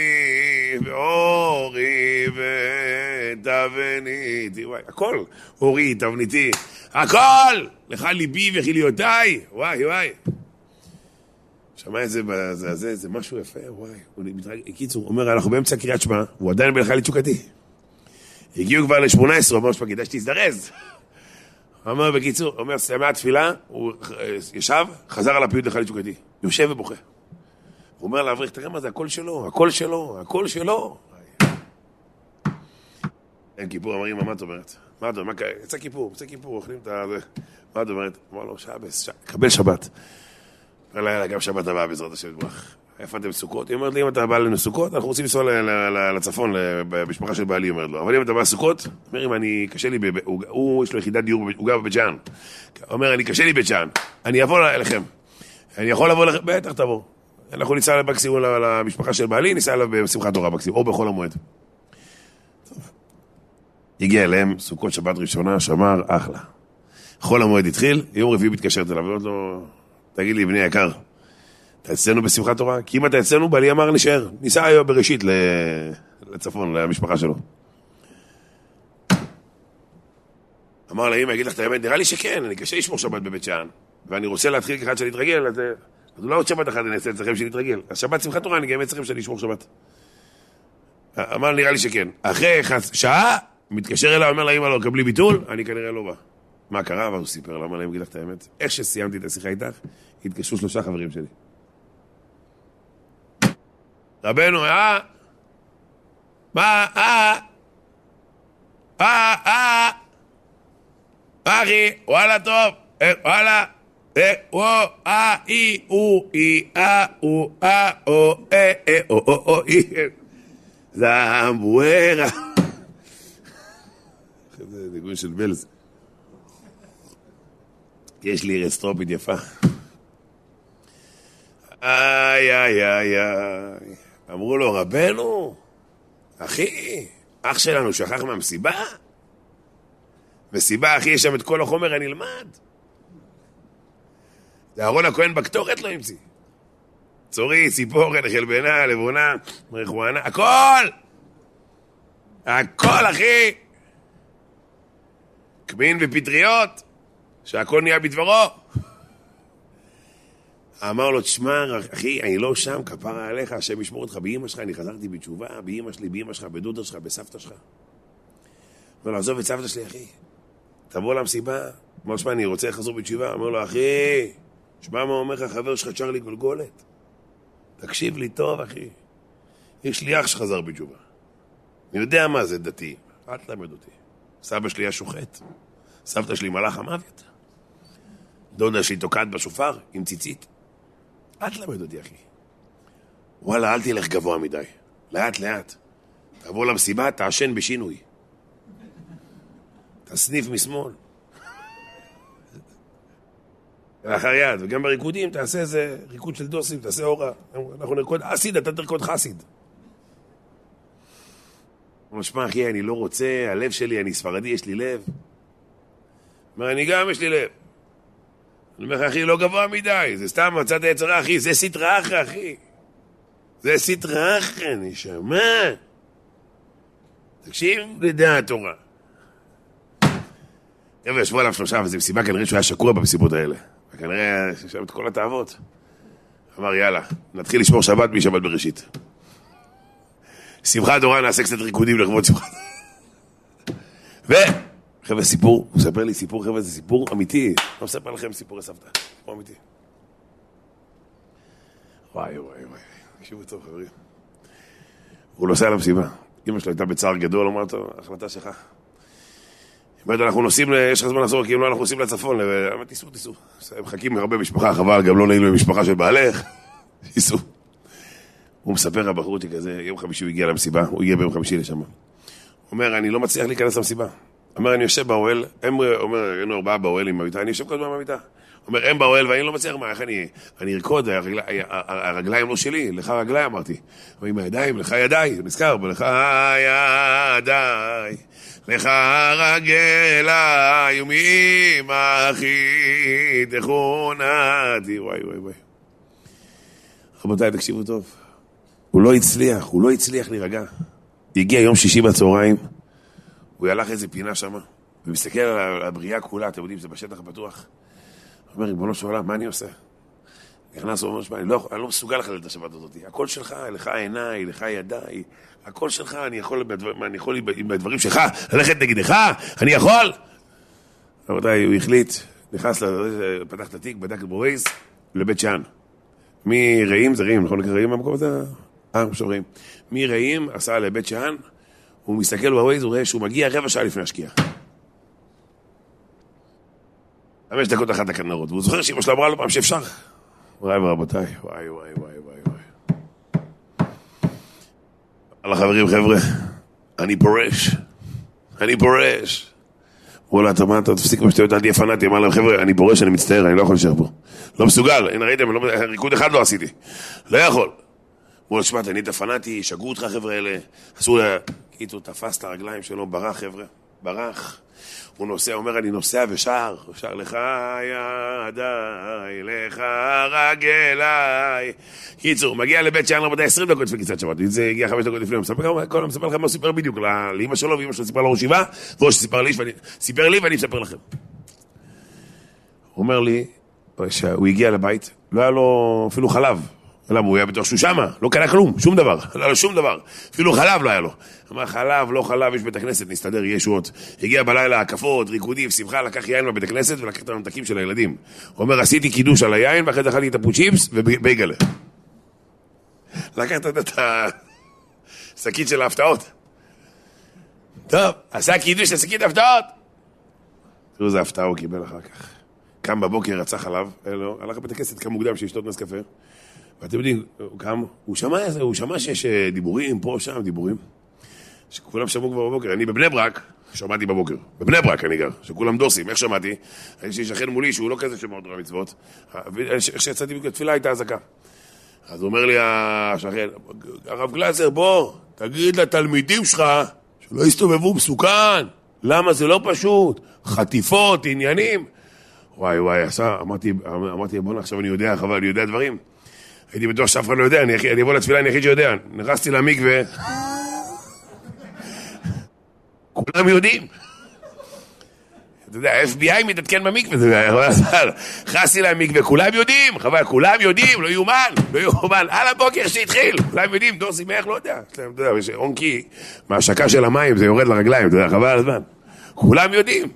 ואורי ותבניתי, וואי, הכל, אורי, תבניתי, הכל, לך ליבי וחיליותיי, וואי. שמע את זה, זה משהו יפה, וואי, קיצור, הוא אומר, אנחנו באמצע קריאת שמע, הוא עדיין בלכה לתשוקתי. הגיעו כבר ל-18, הוא אומר שפה כדאי שתזדרז. הוא אומר בקיצור, הוא אומר, סיימה התפילה, הוא ישב, חזר על הפיוט לך לתשוקתי. יושב ובוכה. הוא אומר לאברך, תראה מה זה, הקול שלו. אין כיפור, אמרים, מה את אומרת? מה אתה אומר? יצא כיפור, אוכלים את זה. מה את אומרת? אמר לו, קבל שבת. אומר לה, גם שבת הבאה בעזרת השם יתברך. איפה אתם סוכות? היא אומרת לי, אם אתה בא לנו סוכות, אנחנו רוצים לנסוע לצפון, במשפחה של בעלי, אומרת לו. אבל אם אתה בא סוכות, אומר, אם אני, קשה לי, הוא יש לו יחידת דיור, הוא גר בבית שאן. אומר, אני קשה לי בית שאן, אני אבוא אליכם. אני יכול לבוא לכם? בטח תבוא. אנחנו ניסע לבקסימון למשפחה של בעלי, ניסע אליו בשמחת תורה בקסימון, או בכל המועד. הגיע אליהם, סוכות שבת ראשונה, שמר, אחלה. חול המועד התחיל, יום רביעי מתקשרת אליו, ואומרת לו, תגיד לי, בני יקר, אתה אצלנו בשמחת תורה? כי אם אתה אצלנו, בעלי אמר נשאר. ניסה היום בראשית לצפון, למשפחה שלו. אמר לה, אמא, אגיד לך את האמת, נראה לי שכן, אני קשה לשמור שבת בבית שאן, ואני רוצה להתחיל כאחד שאני אתרגל, אז אולי עוד שבת אחת אני אעשה אצלכם שאני אתרגל. אז שבת שמחת תורה, אני גם אצלכם שאני אשמור שבת. אמר, נראה לי שכן. אחרי שעה, מתקשר אליי, אומר לה, אמא, לא, קבלי ביטול, אני כנראה לא בא. מה קרה? אבל הוא סיפר לה, אמר לה, אגיד לך את האמת. איך שסיימתי את השיחה איתך, התקשרו 3 חברים שלי. רבנו, מה, אחי, וואלה טוב, וואלה, זמבוארה. זה ניגון של בלז. יש לי רסטרופית יפה. איי. אמרו לו, רבנו, אחי, אח שלנו שכח מהמסיבה? מסיבה, אחי, יש שם את כל החומר הנלמד. אהרון הכהן בקטורת לא המציא. צורי, ציפורן, חלבנה, לבונה, מריחואנה, הכל! הכל, אחי! קמין ופטריות, שהכל נהיה בדברו. אמר לו, תשמע, אחי, אני לא שם, כפרה עליך, השם ישמור אותך באמא שלך, אני חזרתי בתשובה, באמא שלי, באמא שלך, בדודה שלך, בסבתא שלך. אמר לו, עזוב את סבתא שלי, אחי. תבוא למסיבה, אמר, שמע, אני רוצה לחזור בתשובה. אמר לו, אחי, שמע מה אומר לך, חבר שלך צ'רלי גולגולת. תקשיב לי טוב, אחי. יש לי אח שחזר בתשובה. אני יודע מה זה דתי. אל תלמד אותי. סבא שלי היה שוחט. סבתא שלי מלאך המוות. דודה שלי תוקעת בשופר עם ציצית. אל תלמד אותי, אחי. וואלה, אל תלך גבוה מדי. לאט לאט. תבוא למסיבה, תעשן בשינוי. תסניף משמאל. לאחר יד, וגם בריקודים תעשה איזה ריקוד של דוסים, תעשה אורה. אנחנו נרקוד אסיד, אתה תרקוד חסיד. הוא משמע, אחי, אני לא רוצה, הלב שלי, אני ספרדי, יש לי לב. אומר, אני גם יש לי לב. אני אומר, אחי, לא גבוה מדי, זה סתם מצאת היצרה, אחי, זה סטרה אחרי, אחי. זה סטרה אחרי, נשמע. תקשיב לדעת תורה. חבר'ה, ישבו עליו 3, וזו מסיבה, כנראה שהוא היה שקוע במסיבות האלה. וכנראה שם את כל התאוות. אמר, יאללה, נתחיל לשמור שבת משבת בראשית. שמחת תורה, נעשה קצת ריקודים לכבוד שמחת. חבר'ה, סיפור, הוא מספר לי סיפור, חבר'ה, זה סיפור אמיתי. לא מספר לכם סיפורי סבתא, סיפור אמיתי. וואי. תקשיבו טוב, חברים. הוא נוסע למסיבה. אמא שלו הייתה בצער גדול, אמרת לו, החלטה שלך. אומרת, אנחנו נוסעים, יש לך זמן לחזור, כי אם לא, אנחנו נוסעים לצפון. אמרת, תיסעו. הם מחכים הרבה משפחה, חבל, גם לא נעים למשפחה של בעלך. תיסעו. הוא מספר הבחורתי כזה, יום חמישי הוא הגיע למסיבה, הוא הגיע ביום חמישי לשם. הוא אומר, אני לא מצליח להיכנס למסיבה. אומר, אני יושב באוהל, אומר, היינו 4 באוהל עם המיטה, אני יושב כל הזמן במיטה. אומר, הם באוהל, ואני לא מצליח, מה, איך אני ארקוד, הרגליים לא שלי, לך רגליים, אמרתי. עם הידיים, לך ידיי, נזכר, לך ידיי, לך רגליים, אמא אחי, תכונתי, וואי. רבותיי, תקשיבו טוב. הוא לא הצליח להירגע. הגיע יום שישי בצהריים, הוא הלך איזה פינה שם, ומסתכל על הבריאה כולה, אתם יודעים, זה בשטח הפתוח. הוא אומר, ריבונו של עולם, מה אני עושה? נכנס, הוא אומר, אני לא מסוגל לחלל את השבת הזאת. הכל שלך, לך עיניי, לך ידיי, הכל שלך, אני יכול עם הדברים שלך, ללכת נגדך, אני יכול? רבותיי, הוא החליט, נכנס, פתח את התיק, בדק את בווייז, לבית שאן. מרעים, זה רעים, נכון לקרוא רעים במקום הזה? רעים. מרעים, עשה לבית שאן, הוא מסתכל בווייז, הוא רואה שהוא מגיע 15 לפני השקיעה. 5 דקות אחת הכנרות, והוא זוכר שאמא שלו אמרה לו פעם שאפשר. מוריי ורבותיי, וואי. על החברים, חבר'ה, אני פורש. אמרו לה, אתה תפסיק מה שאתה יודע, תהיה פנאטי. אמר להם, חבר'ה, אני פורש, אני מצטער, אני לא יכול להישאר פה. לא מסוגל, הנה ראיתם, ריקוד אחד לא עשיתי. לא יכול. אמרו לה, שמע, אתה נהיית פנאטי, שגעו אותך חבר'ה אלה. אסור לה, קיצור, תפס את הרגליים שלו, ברח חבר'ה, ברח. הוא נוסע, אומר, אני נוסע ושר לך ידיי, לך רגליי. קיצור, מגיע לבית שאן רבותי 20 דקות לפני כיסת שבת, זה הגיע 5 דקות לפני, כל היום מספר לכם מה הוא סיפר בדיוק, לאמא שלו, ואמא שלו סיפר לו שבעה, והוא סיפר לי ואני מספר לכם. הוא אומר לי, שהוא הגיע לבית, לא היה לו אפילו חלב. למה? הוא היה בטוח שהוא שמה, לא קנה כלום, שום דבר, לא היה לו שום דבר, אפילו חלב לא היה לו. אמר, חלב, לא חלב, יש בית הכנסת, נסתדר, יש שועות. הגיע בלילה, הקפות, ריקודים, שמחה, לקח יין בבית הכנסת ולקח את הממתקים של הילדים. הוא אומר, עשיתי קידוש על היין, ואחרי זה אכלתי את הפוצ'יפס ובייגלה. לקחת את השקית של ההפתעות. טוב, עשה קידוש לשקית ההפתעות. תראו, זה הפתעה הוא קיבל אחר כך. קם בבוקר, רצה חלב, הלך לבית הכנסת, קם מוקדם שישתות נס קפה. ואתם יודעים, הוא שמע שיש דיבורים, פה, שם, דיבורים. שכולם שמעו כבר בבוקר. אני בבני ברק, שמעתי בבוקר. בבני ברק אני גר, שכולם דוסים. איך שמעתי? יש לי שכן מולי שהוא לא כזה שמע תורה מצוות. איך שיצאתי בתפילה הייתה הזקה. אז הוא אומר לי השכן, הרב גלזר, בוא, תגיד לתלמידים שלך שלא יסתובבו מסוכן. למה? זה לא פשוט. חטיפות, עניינים. וואי, אמרתי, בוא עכשיו אני יודע, חבל, אני יודע דברים. הייתי בטוח שאף אחד לא יודע, אני אבוא לתפילה, אני היחיד שיודע. נכנסתי למקווה. כולם יודעים. אתה יודע, ה-FBI מתעדכן במקווה. נכנסתי למקווה, כולם יודעים. חבל, כולם יודעים, לא יאומן. על הבוקר שהתחיל, כולם יודעים, דורסים, איך לא יודע. אתה יודע, יש עונקי, מהשקה של המים, זה יורד לרגליים, אתה יודע, חבל על הזמן. כולם יודעים.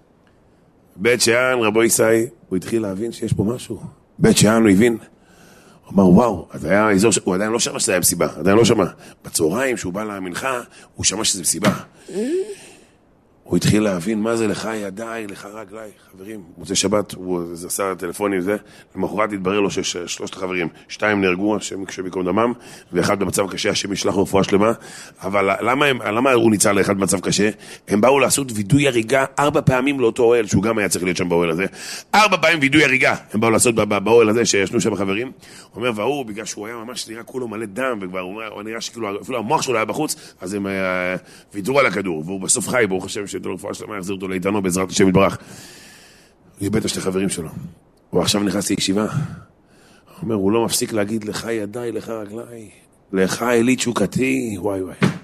בית שאן, רבו ישי, הוא התחיל להבין שיש פה משהו. בית שאן, הוא הבין. הוא אמר, וואו, הוא עדיין לא שמע שזה היה מסיבה, עדיין לא שמע. בצהריים, שהוא בא למנחה, הוא שמע שזה מסיבה. הוא התחיל להבין מה זה לך ידיי, לך רגליי. חברים, מוצא שבת, הוא עשה טלפונים וזה, למחרת התברר לו שיש 3 חברים, 2 נהרגו, השם יקום דמם, ואחד במצב קשה, השם ישלח רפואה שלמה. אבל למה הוא ניצל לאחד במצב קשה? הם באו לעשות וידוי הריגה 4 פעמים לאותו אוהל, שהוא גם היה צריך להיות שם באוהל הזה. 4 פעמים וידוי הריגה, הם באו לעשות באוהל הזה, שישנו שם חברים. הוא אומר, והוא, בגלל שהוא היה ממש נראה כולו מלא דם, וכבר הוא נראה שכאילו, אפילו המוח שלו היה בחוץ, אז הם ויתרו על הכדור, והוא בסוף חי, ברוך השם שתו לרפואה שלמה, יחזיר אותו לאיתנו בעזרת השם יתברך. הוא איבד 2 חברים שלו. הוא עכשיו נכנס לישיבה. הוא אומר, הוא לא מפסיק להגיד, לך ידיי, לך רגליי, לך אלי תשוקתי, וואי.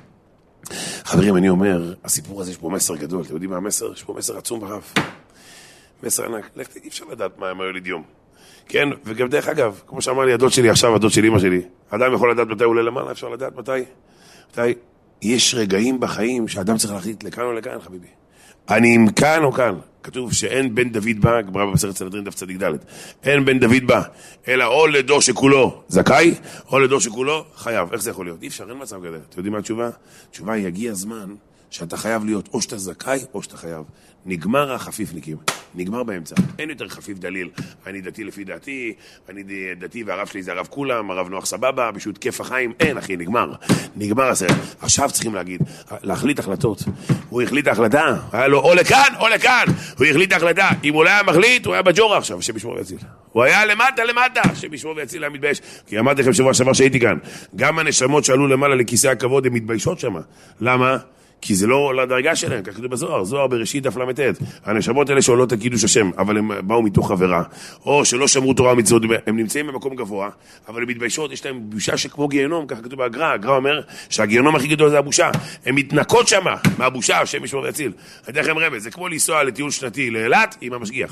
חברים, אני אומר, הסיפור הזה יש פה מסר גדול. אתם יודעים מה המסר? יש פה מסר עצום ורב. מסר ענק. אי אפשר לדעת מה יוליד יום. כן, וגם דרך אגב, כמו שאמר לי הדוד שלי עכשיו, הדוד של אמא שלי, אדם יכול לדעת מתי הוא עולה למעלה, אפשר לדעת מתי. יש רגעים בחיים שאדם צריך להחליט לכאן או לכאן, חביבי. אני עם כאן או כאן. כתוב שאין בן דוד בא, גמרא במסכת סנהדרין דף צדיק ד', אין בן דוד בא, אלא או לדור שכולו זכאי, או לדור שכולו חייב. איך זה יכול להיות? אי אפשר, אין מצב כזה. אתם יודעים מה התשובה? התשובה היא, יגיע הזמן שאתה חייב להיות או שאתה זכאי או שאתה חייב. נגמר החפיפניקים, נגמר באמצע. אין יותר חפיף דליל. אני דתי לפי דעתי, אני דתי והרב שלי זה הרב כולם, הרב נוח סבבה, פשוט כיף החיים. אין אחי, נגמר הסרט. עכשיו צריכים להחליט החלטות. הוא החליט החלטה, היה לו או לכאן או לכאן. הוא החליט החלטה. אם הוא לא היה מחליט, הוא היה בג'ורה עכשיו, שבשמור ויציל. הוא היה למטה, שבשמור ויציל היה מתבייש. כי אמרתי לכם שבוע שעבר שהייתי כאן. גם הנשמות שעלו למעלה לכיסא הכבוד, הן מתביישות שם. למה? כי זה לא לדרגה שלהם, כך כתוב בזוהר, זוהר בראשית דף ל"ט. הנשמות האלה שעולות את קידוש השם, אבל הם באו מתוך עבירה, או שלא שמרו תורה ומצוות, הם נמצאים במקום גבוה, אבל הם מתביישות, יש להם בושה שכמו גיהנום, ככה כתוב בהגר"א, הגר"א אומר שהגיהנום הכי גדול זה הבושה, הם מתנקות שם מהבושה, השם ישמור ויציל. אני אתן לכם רמז, זה כמו לנסוע לטיול שנתי לאילת עם המשגיח.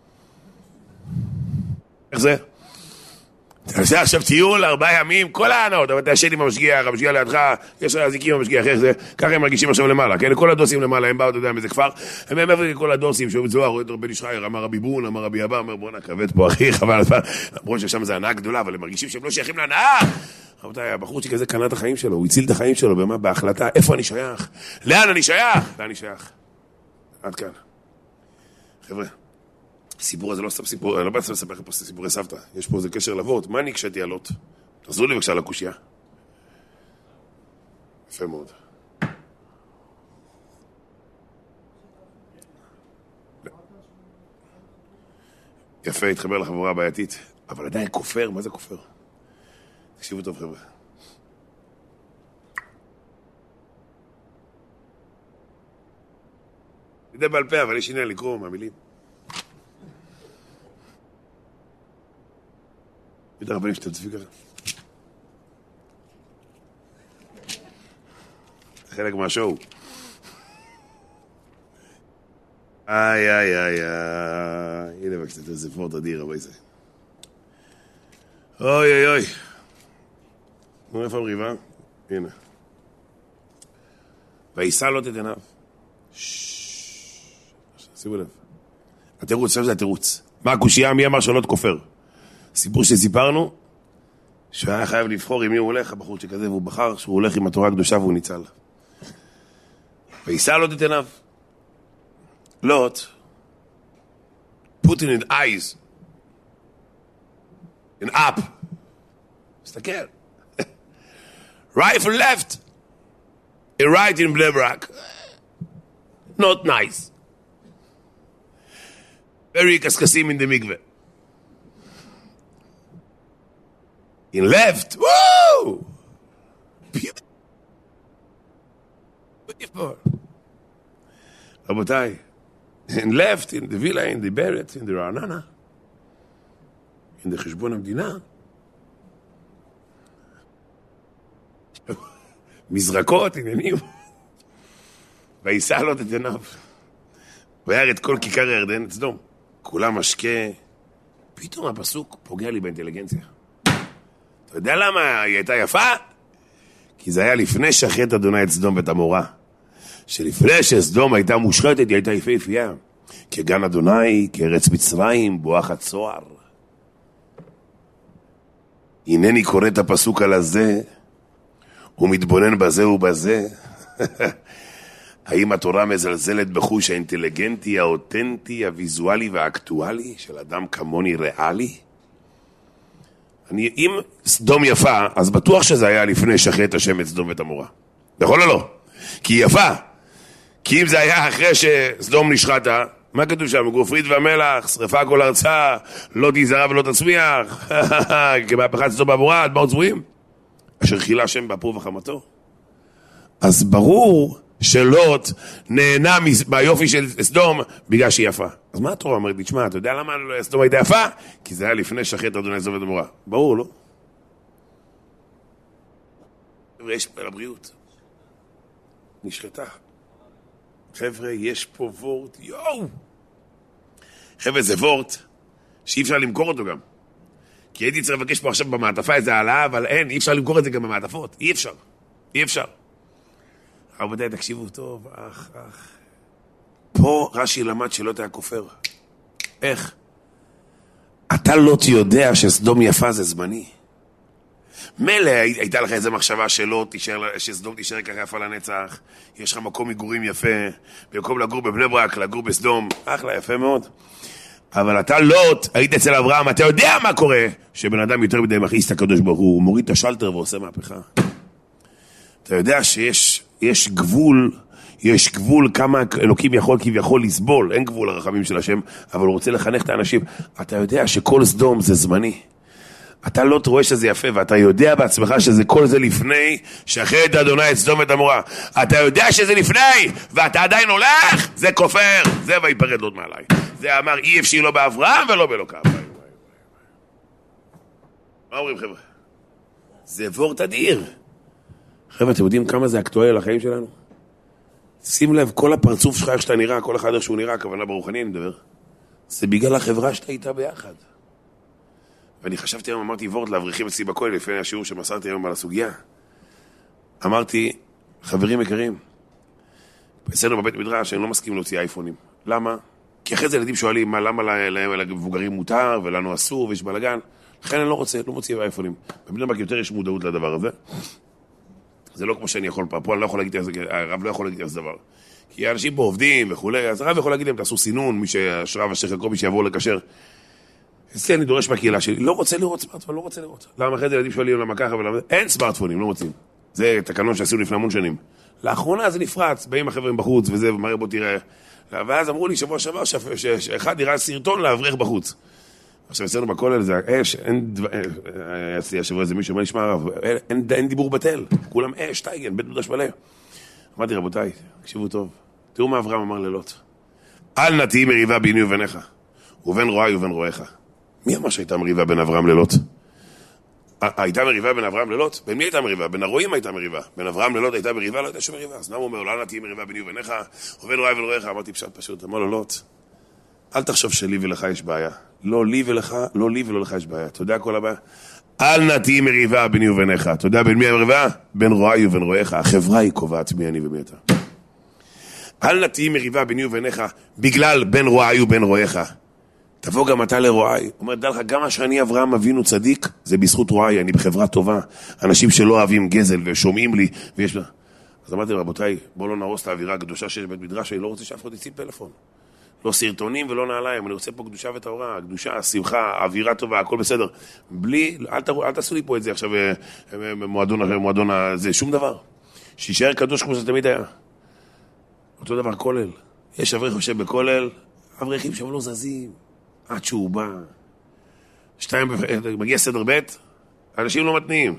איך זה? תעשה עכשיו טיול 4 ימים, כל הענות, אבל תעשן עם המשגיח לידך, יש להזיקים עם המשגיח, איך זה? ככה הם מרגישים עכשיו למעלה, כן? כל הדוסים למעלה, הם באו, אתה יודע, מאיזה כפר, הם מעבר כל הדוסים, שהוא בזוהר, רואה את רבי ישחייר, אמר רבי בון, אמר רבי אבא, אומר בוא נקבט פה אחי, חבל, למרות ששם זה הנאה גדולה, אבל הם מרגישים שהם לא שייכים להנאה. רבותיי, הבחור שכזה קנה את החיים שלו, הוא הציל את החיים שלו, במה? בהחלטה, איפה אני שייך? לאן אני שייך? עד כאן. חבר'ה, הסיפור הזה לא סתם סיפור, אני לא בעצם לספר לך פה סיפורי סבתא. יש פה איזה קשר לוות. מה אני הקשתי על לוט? תעזרו לי בבקשה לקושייה. יפה מאוד. יפה, התחבר לחבורה הבעייתית. אבל עדיין כופר, מה זה כופר? תקשיבו טוב חבר'ה. יודע בעל פה, אבל יש עניין לקרוא מהמילים. יודע רבנים שאתם צפי ככה. זה חלק מהשואו. איי, איי, איי, איי. הנה בבקשה, זה פורט אדיר, אבל זה. אוי, אוי, אוי. נו, איפה המריבה? הנה. וישא לוט את עיניו. שימו לב. התירוץ, עכשיו זה התירוץ. מה הקושייה? מי אמר שלוט כופר? סיפור שסיפרנו, שהוא היה חייב לבחור עם מי הוא הולך, הבחור שכזה, והוא בחר שהוא הולך עם התורה הקדושה והוא ניצל. וישא לוט את עיניו. לוט, put in his eyes, in up. מסתכל. right or left. A right in בני ברק. Not nice. very קסקסים in the mikveh. In left, woo! Beautiful. רבותיי, in left, in the villa, in the Barrett, in the רעננה, in the חשבון המדינה, מזרקות, עניינים, וישא לוט את עיניו, וירא את כל כיכר הירדן, את סדום, כולם משקה, פתאום הפסוק פוגע לי באינטליגנציה. אתה יודע למה היא הייתה יפה? כי זה היה לפני שחט אדוני את סדום ואת עמורה. שלפני שסדום הייתה מושחתת, היא הייתה יפהפייה. כגן אדוני, כארץ מצרים, בואך הצוהר. הנני קורא את הפסוק על הזה, ומתבונן בזה ובזה. האם התורה מזלזלת בחוש האינטליגנטי, האותנטי, הוויזואלי והאקטואלי של אדם כמוני ריאלי? אם סדום יפה, אז בטוח שזה היה לפני שחט השם את סדום ואת עמורה. נכון או לא? כי היא יפה. כי אם זה היה אחרי שסדום נשחטה, מה כתוב שם? גופרית והמלח, שרפה כל ארצה, לא תיזרע ולא תצמיח, כמהפכת סדום ועמורה, דמעות צבועים, אשר חילה השם באפור וחמתו. אז ברור שלוט נהנה מהיופי של סדום בגלל שהיא יפה. אז מה התורה אומרת? תשמע, אתה יודע למה סדום הייתה יפה? כי זה היה לפני שחט אדוני סדום ואת עמורה. ברור, לא? יש פה לבריאות. נשחטה. חבר'ה, יש פה וורט, יואו! חבר'ה, זה וורט שאי אפשר למכור אותו גם. כי הייתי צריך לבקש פה עכשיו במעטפה איזה העלאה, אבל אין, אי אפשר למכור את זה גם במעטפות. אי אפשר. אי אפשר. רבותיי, תקשיבו טוב, אח. פה רש"י למד שלוט היה כופר. איך? אתה לא יודע שסדום יפה זה זמני. מלא הייתה לך איזו מחשבה שסדום תישאר ככה יפה לנצח, יש לך מקום מגורים יפה, במקום לגור בבני ברק, לגור בסדום, אחלה, יפה מאוד. אבל אתה לוט, היית אצל אברהם, אתה יודע מה קורה? שבן אדם יותר מדי מכעיס את הקדוש ברוך הוא, מוריד את השלטר ועושה מהפכה. אתה יודע שיש גבול, יש גבול כמה אלוקים יכול כביכול לסבול, אין גבול לרחמים של השם, אבל הוא רוצה לחנך את האנשים. אתה יודע שכל סדום זה זמני. אתה לא רואה שזה יפה, ואתה יודע בעצמך שזה כל זה לפני שחט אדוני את סדום ואת עמורה. אתה יודע שזה לפני, ואתה עדיין הולך, זה כופר, זה ויפרד לוט מעלי. זה אמר אי אפשי לא באברהם ולא באלוקיו. מה אומרים חבר'ה? זה וורט אדיר. חבר'ה, אתם יודעים כמה זה אקטואלי לחיים שלנו? שים לב, כל הפרצוף שלך, איך שאתה נראה, כל אחד איך שהוא נראה, הכוונה ברוחני אני מדבר, זה בגלל החברה שאתה איתה ביחד. ואני חשבתי היום, אמרתי וורט לאברכים אצלי בכולל, לפני השיעור שמסרתי היום על הסוגיה. אמרתי, חברים יקרים, אצלנו בבית מדרש, אני לא מסכים להוציא אייפונים. למה? כי אחרי זה ילדים שואלים, למה למבוגרים מותר ולנו אסור ויש בלגן. לכן אני לא רוצה, לא מוציא אייפונים. בבני ברק יותר יש מודעות לדבר הזה. זה לא כמו שאני יכול, פה אני לא יכול להגיד, הרב לא יכול להגיד איזה דבר. כי האנשים פה עובדים וכולי, אז הרב יכול להגיד להם, תעשו סינון, מי שהשרב השייח יעקבי שיבואו לקשר. אצלי אני דורש מהקהילה שלי, לא רוצה לראות סמארטפון, לא רוצה לראות. למה אחרי זה ילדים שואלים למה ככה ולמה... אין סמארטפונים, לא רוצים. זה תקנון שעשינו לפני המון שנים. לאחרונה זה נפרץ, באים החברים בחוץ וזה, ומראה בוא תראה. ואז אמרו לי שבוע שעבר שאחד יראה סרטון לאברך בחוץ. עכשיו אצלנו בכולל זה אש, אצלי השבוע איזה מישהו, מה נשמע הרב? אין דיבור בטל, כולם אש, טייגן, בית מדרש מלא. אמרתי רבותיי, תקשיבו טוב, תראו מה אברהם אמר ללוט. אל נא תהי מריבה ביני וביניך, ובין רועי ובין רועיך. מי אמר שהייתה מריבה בין אברהם ללוט? הייתה מריבה בין אברהם ללוט? בין מי הייתה מריבה? בין הרועים הייתה מריבה. בין אברהם ללוט הייתה מריבה, לא הייתה שום מריבה. אז למה הוא אומר, לא תהי מריבה ביני וביניך, ובין רועי ובין רועיך? אמרתי פשוט, אמר לו לוט, אל תחשוב שלי ולך יש בעיה. לא לי ולא לך יש בעיה. אתה יודע כל הבעיה? אל נא תהי מריבה ביני וביניך. אתה יודע בין מי המריבה? בין רועי ובין רועיך. החברה היא קובעת מי אני ומי אתה. אל נא תהי מריבה ביני וביניך בגלל בין רועי ובין רועיך. תבוא גם אתה לרועי. הוא אומר, דע לך, גם מה שאני אברהם אבינו צדיק, זה בזכות רועי, אני בחברה טובה. אנשים שלא אוהבים גזל ושומעים לי, ויש... אז אמרתי, רבותיי, בואו לא נהרוס את האווירה הקדושה שיש בית מדרש, אני לא רוצה שאף אחד יציא פלאפון. לא סרטונים ולא נעליים, אני רוצה פה קדושה וטהרה, קדושה, שמחה, אווירה טובה, הכל בסדר. בלי, אל תעשו לי פה את זה עכשיו, מועדון הזה, שום דבר. שישאר קדוש כמו שתמיד היה. אותו דבר כולל. יש אברך יושב בכולל, אברכים שם לא זזים. עד שהוא בא, מגיע סדר ב', אנשים לא מתניעים.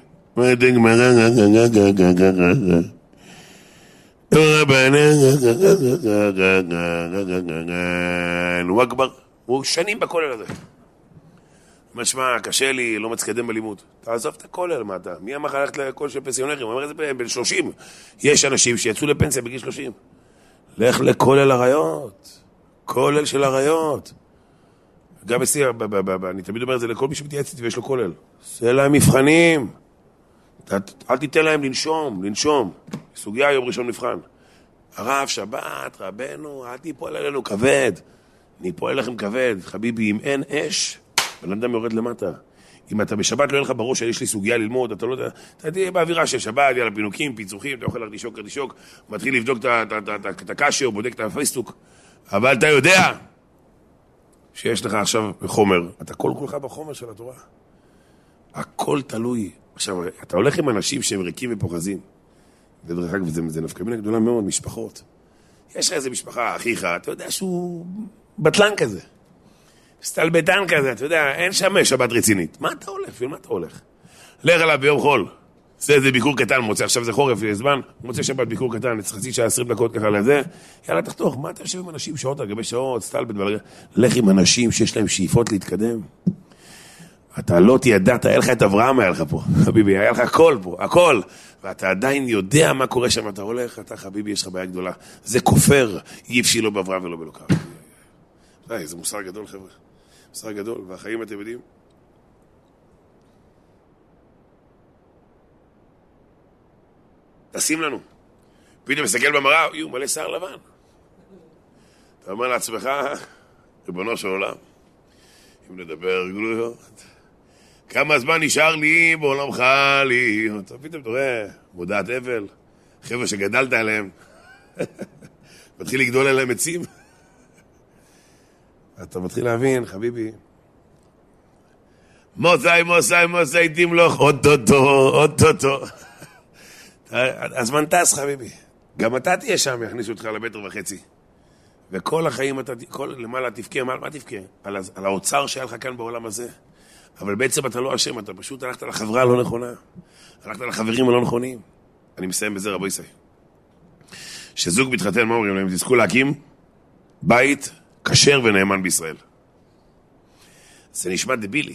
הוא שנים בכולל הזה. משמע, קשה לי, לא מצקדם בלימוד. תעזוב את הכולל, מה אתה? מי אמר ללכת לכל של פנסיונרים? הוא אומר את זה בין 30. יש אנשים שיצאו לפנסיה בגיל 30. לך לכולל הרעיות. כולל של הרעיות. גם אצלי, אני תמיד אומר את זה לכל מי שמתייעץ איתי ויש לו כולל. זה להם מבחנים. אל תיתן להם לנשום. סוגיה יום ראשון מבחן. הרב, שבת, רבנו, אל תיפול עלינו כבד. ניפול עליכם כבד. חביבי, אם אין אש, בן אדם יורד למטה. אם אתה בשבת לא אין לך בראש שיש לי סוגיה ללמוד, אתה לא יודע, אתה תהיה באווירה של שבת, יאללה פינוקים, פיצוחים, אתה אוכל לרדישוק, מתחיל לבדוק את הקשה, או בודק את הפייסבוק. אבל אתה יודע שיש לך עכשיו חומר, אתה כל כולך בחומר של התורה. הכל תלוי. עכשיו, אתה הולך עם אנשים שהם ריקים ופוחזים. ודרך אגב, זה נפקא מינה גדולה מאוד, משפחות. יש לך איזה משפחה, אחיך, אתה יודע שהוא בטלן כזה. סטלבטן כזה, אתה יודע, אין שם שבת רצינית. מה אתה הולך? מה אתה הולך? לך עליו ביום חול. זה איזה ביקור קטן, מוצא, עכשיו זה חורף, זמן, מוצא שבת ביקור קטן, חצי שעה 20 דקות ככה לזה, יאללה תחתוך, מה אתה יושב עם אנשים שעות על גבי שעות, סטלבט, לך עם אנשים שיש להם שאיפות להתקדם. אתה לא תידעת, היה לך את אברהם, היה לך פה, חביבי, היה לך הכל פה, הכל, ואתה עדיין יודע מה קורה שם, אתה הולך, אתה חביבי, יש לך בעיה גדולה, זה כופר, אי אפשר לא באברהם ולא בלוקר. זה מוסר גדול, חבר'ה, מוסר גדול, והחיים אתם יודעים, תשים לנו. פתאום מסתכל במראה, יהיו מלא שיער לבן. אתה אומר לעצמך, ריבונו של עולם, אם נדבר גלויות, כמה זמן נשאר לי בעולמך להיות. פתאום אתה רואה, מודעת אבל, חבר'ה שגדלת עליהם, מתחיל לגדול עליהם עצים. אתה מתחיל להבין, חביבי, מוסי, תמלוך, אוטוטו. הזמן טס, חביבי. גם אתה תהיה שם, יכניסו אותך למטר וחצי. וכל החיים, למעלה תבכה, מה תבכה? על האוצר שהיה לך כאן בעולם הזה. אבל בעצם אתה לא אשם, אתה פשוט הלכת לחברה הלא נכונה. הלכת לחברים הלא נכונים. אני מסיים בזה, רבו ישראל. שזוג מתחתן, מה אומרים להם? תזכו להקים בית כשר ונאמן בישראל. זה נשמע דבילי.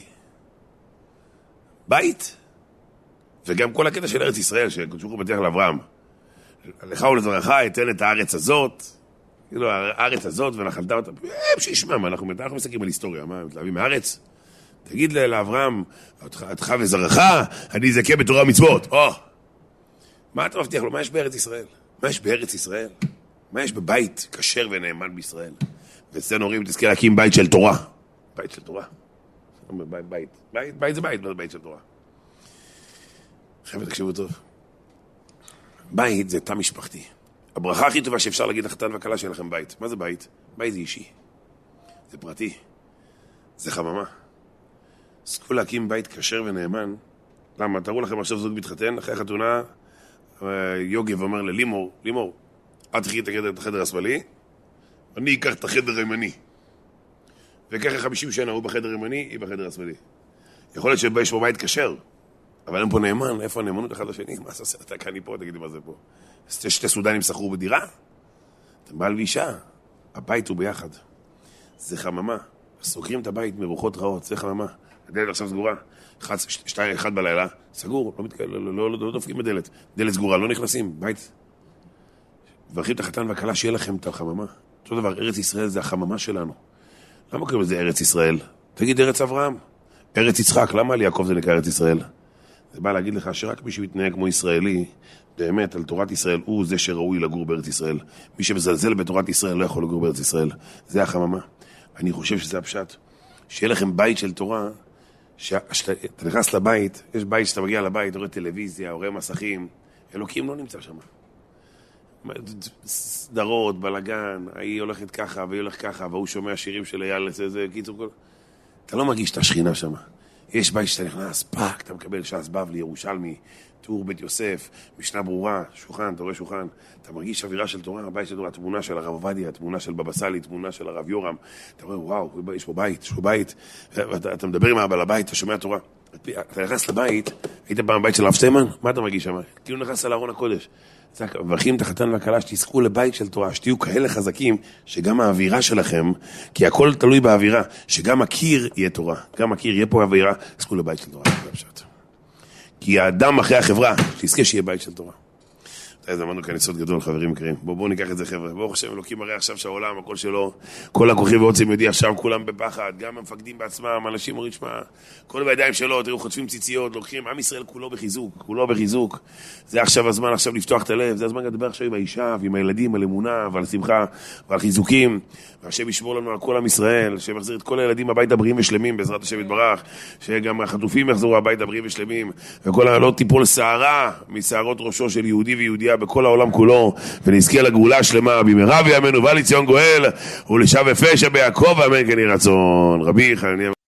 בית? וגם כל הקטע של ארץ ישראל, שקדוש הוא בטיח לאברהם. לך ולזרעך אתן את הארץ הזאת, כאילו הארץ הזאת ונחלת אותה, שישמע, מה אנחנו מסתכלים על היסטוריה, מה, מתלהבים מהארץ? תגיד לאברהם, אותך וזרעך, אני אזכה בתורה ומצוות. מה אתה מבטיח לו? מה יש בארץ ישראל? מה יש בארץ ישראל? מה יש בבית כשר ונאמן בישראל? ואצלנו אומרים, תזכה להקים בית של תורה. בית של תורה. בית זה בית, לא זה בית של תורה. חבר'ה, תקשיבו טוב. בית זה תא משפחתי. הברכה הכי טובה שאפשר להגיד לחתן וכלה שאין לכם בית. מה זה בית? בית זה אישי. זה פרטי. זה חממה. זכו להקים בית כשר ונאמן. למה? תראו לכם עכשיו זוג מתחתן, אחרי החתונה, יוגב אומר ללימור, לימור, את תחי את החדר השמאלי, אני אקח את החדר הימני. וככה 50 שנה הוא בחדר הימני, היא בחדר השמאלי. יכול להיות שיש פה בית כשר, אבל אין פה נאמן, איפה הנאמנות אחד לשני? מה עושה? אתה כאן פה, תגידי מה זה פה. שתי סודנים שכרו בדירה? אתם בעל ואישה, הבית הוא ביחד. זה חממה. סוגרים את הבית מרוחות רעות, זה חממה. הדלת עכשיו סגורה, 1 בלילה, סגור, לא דופקים בדלת. דלת סגורה, לא נכנסים, בית. מברכים את החתן והכלה, שיהיה לכם את החממה. אותו דבר, ארץ ישראל זה החממה שלנו. למה קוראים לזה ארץ ישראל? תגיד ארץ אברהם. ארץ יצחק, למה על יעקב זה נקרא ארץ ישראל? זה בא להגיד לך שרק מי שמתנהג כמו ישראלי, באמת על תורת ישראל, הוא זה שראוי לגור בארץ ישראל. מי שמזלזל בתורת ישראל לא יכול לגור בארץ ישראל. זה החממה. אני חושב שזה הפשט. שיהיה לכם בית של תורה, שאתה נכנס לבית, יש בית שאתה מגיע לבית, רואה טלוויזיה, רואה מסכים, אלוקים לא נמצא שם. סדרות, בלגן, היא הולכת ככה והיא הולכת ככה, והוא שומע שירים של אייל, זה קיצור כל... אתה לא מרגיש את השכינה שם. יש בית שאתה נכנס, פאק, אתה מקבל ש"ס בבלי, ירושלמי, טור בית יוסף, משנה ברורה, שולחן, אתה רואה שולחן, אתה מרגיש אווירה של תורה, הבית של תורה, תמונה של הרב עובדיה, תמונה של בבא סאלי, תמונה של הרב יורם, אתה רואה, וואו, יש פה בית, יש פה בית, אתה מדבר עם הבעל הבית, אתה שומע תורה, אתה נכנס לבית, היית פעם בבית של הרב סטיימן, מה אתה מרגיש שם? כאילו נכנס על ארון הקודש. מברכים את החתן והכלה שתזכו לבית של תורה, שתהיו כאלה חזקים, שגם האווירה שלכם, כי הכל תלוי באווירה, שגם הקיר יהיה תורה, גם הקיר יהיה פה אווירה, תזכו לבית של תורה. כי האדם אחרי החברה, שיזכה שיהיה בית של תורה. אז אמרנו כאן יסוד גדול, חברים יקרים. בואו ניקח את זה, חבר'ה. ברוך השם, אלוקים הרי עכשיו שהעולם, הכל שלו, כל הכוחים ועוצם יודיע, עכשיו כולם בפחד, גם המפקדים בעצמם, אנשים אומרים, שמע, כל בידיים שלו, תראו, חוטפים ציציות, לוקחים, עם ישראל כולו בחיזוק, כולו בחיזוק. זה עכשיו הזמן, עכשיו לפתוח את הלב, זה הזמן לדבר עכשיו עם האישה, ועם הילדים, על אמונה, ועל שמחה, ועל חיזוקים. והשם ישמור לנו על כל עם ישראל, שיחזיר את כל הילדים הביתה בריאים ושלמים, בעזרת השם יתברך, שגם החטופים יחזרו הביתה בריאים ושלמים, וכל לא תיפול שערה משערות ראשו של יהודי ויהודייה בכל העולם כולו, ונזכה לגאולה שלמה במהרה בימינו ובא לציון גואל ולשב יפה שביעקב אמן כן יהי רצון. רבי חנניה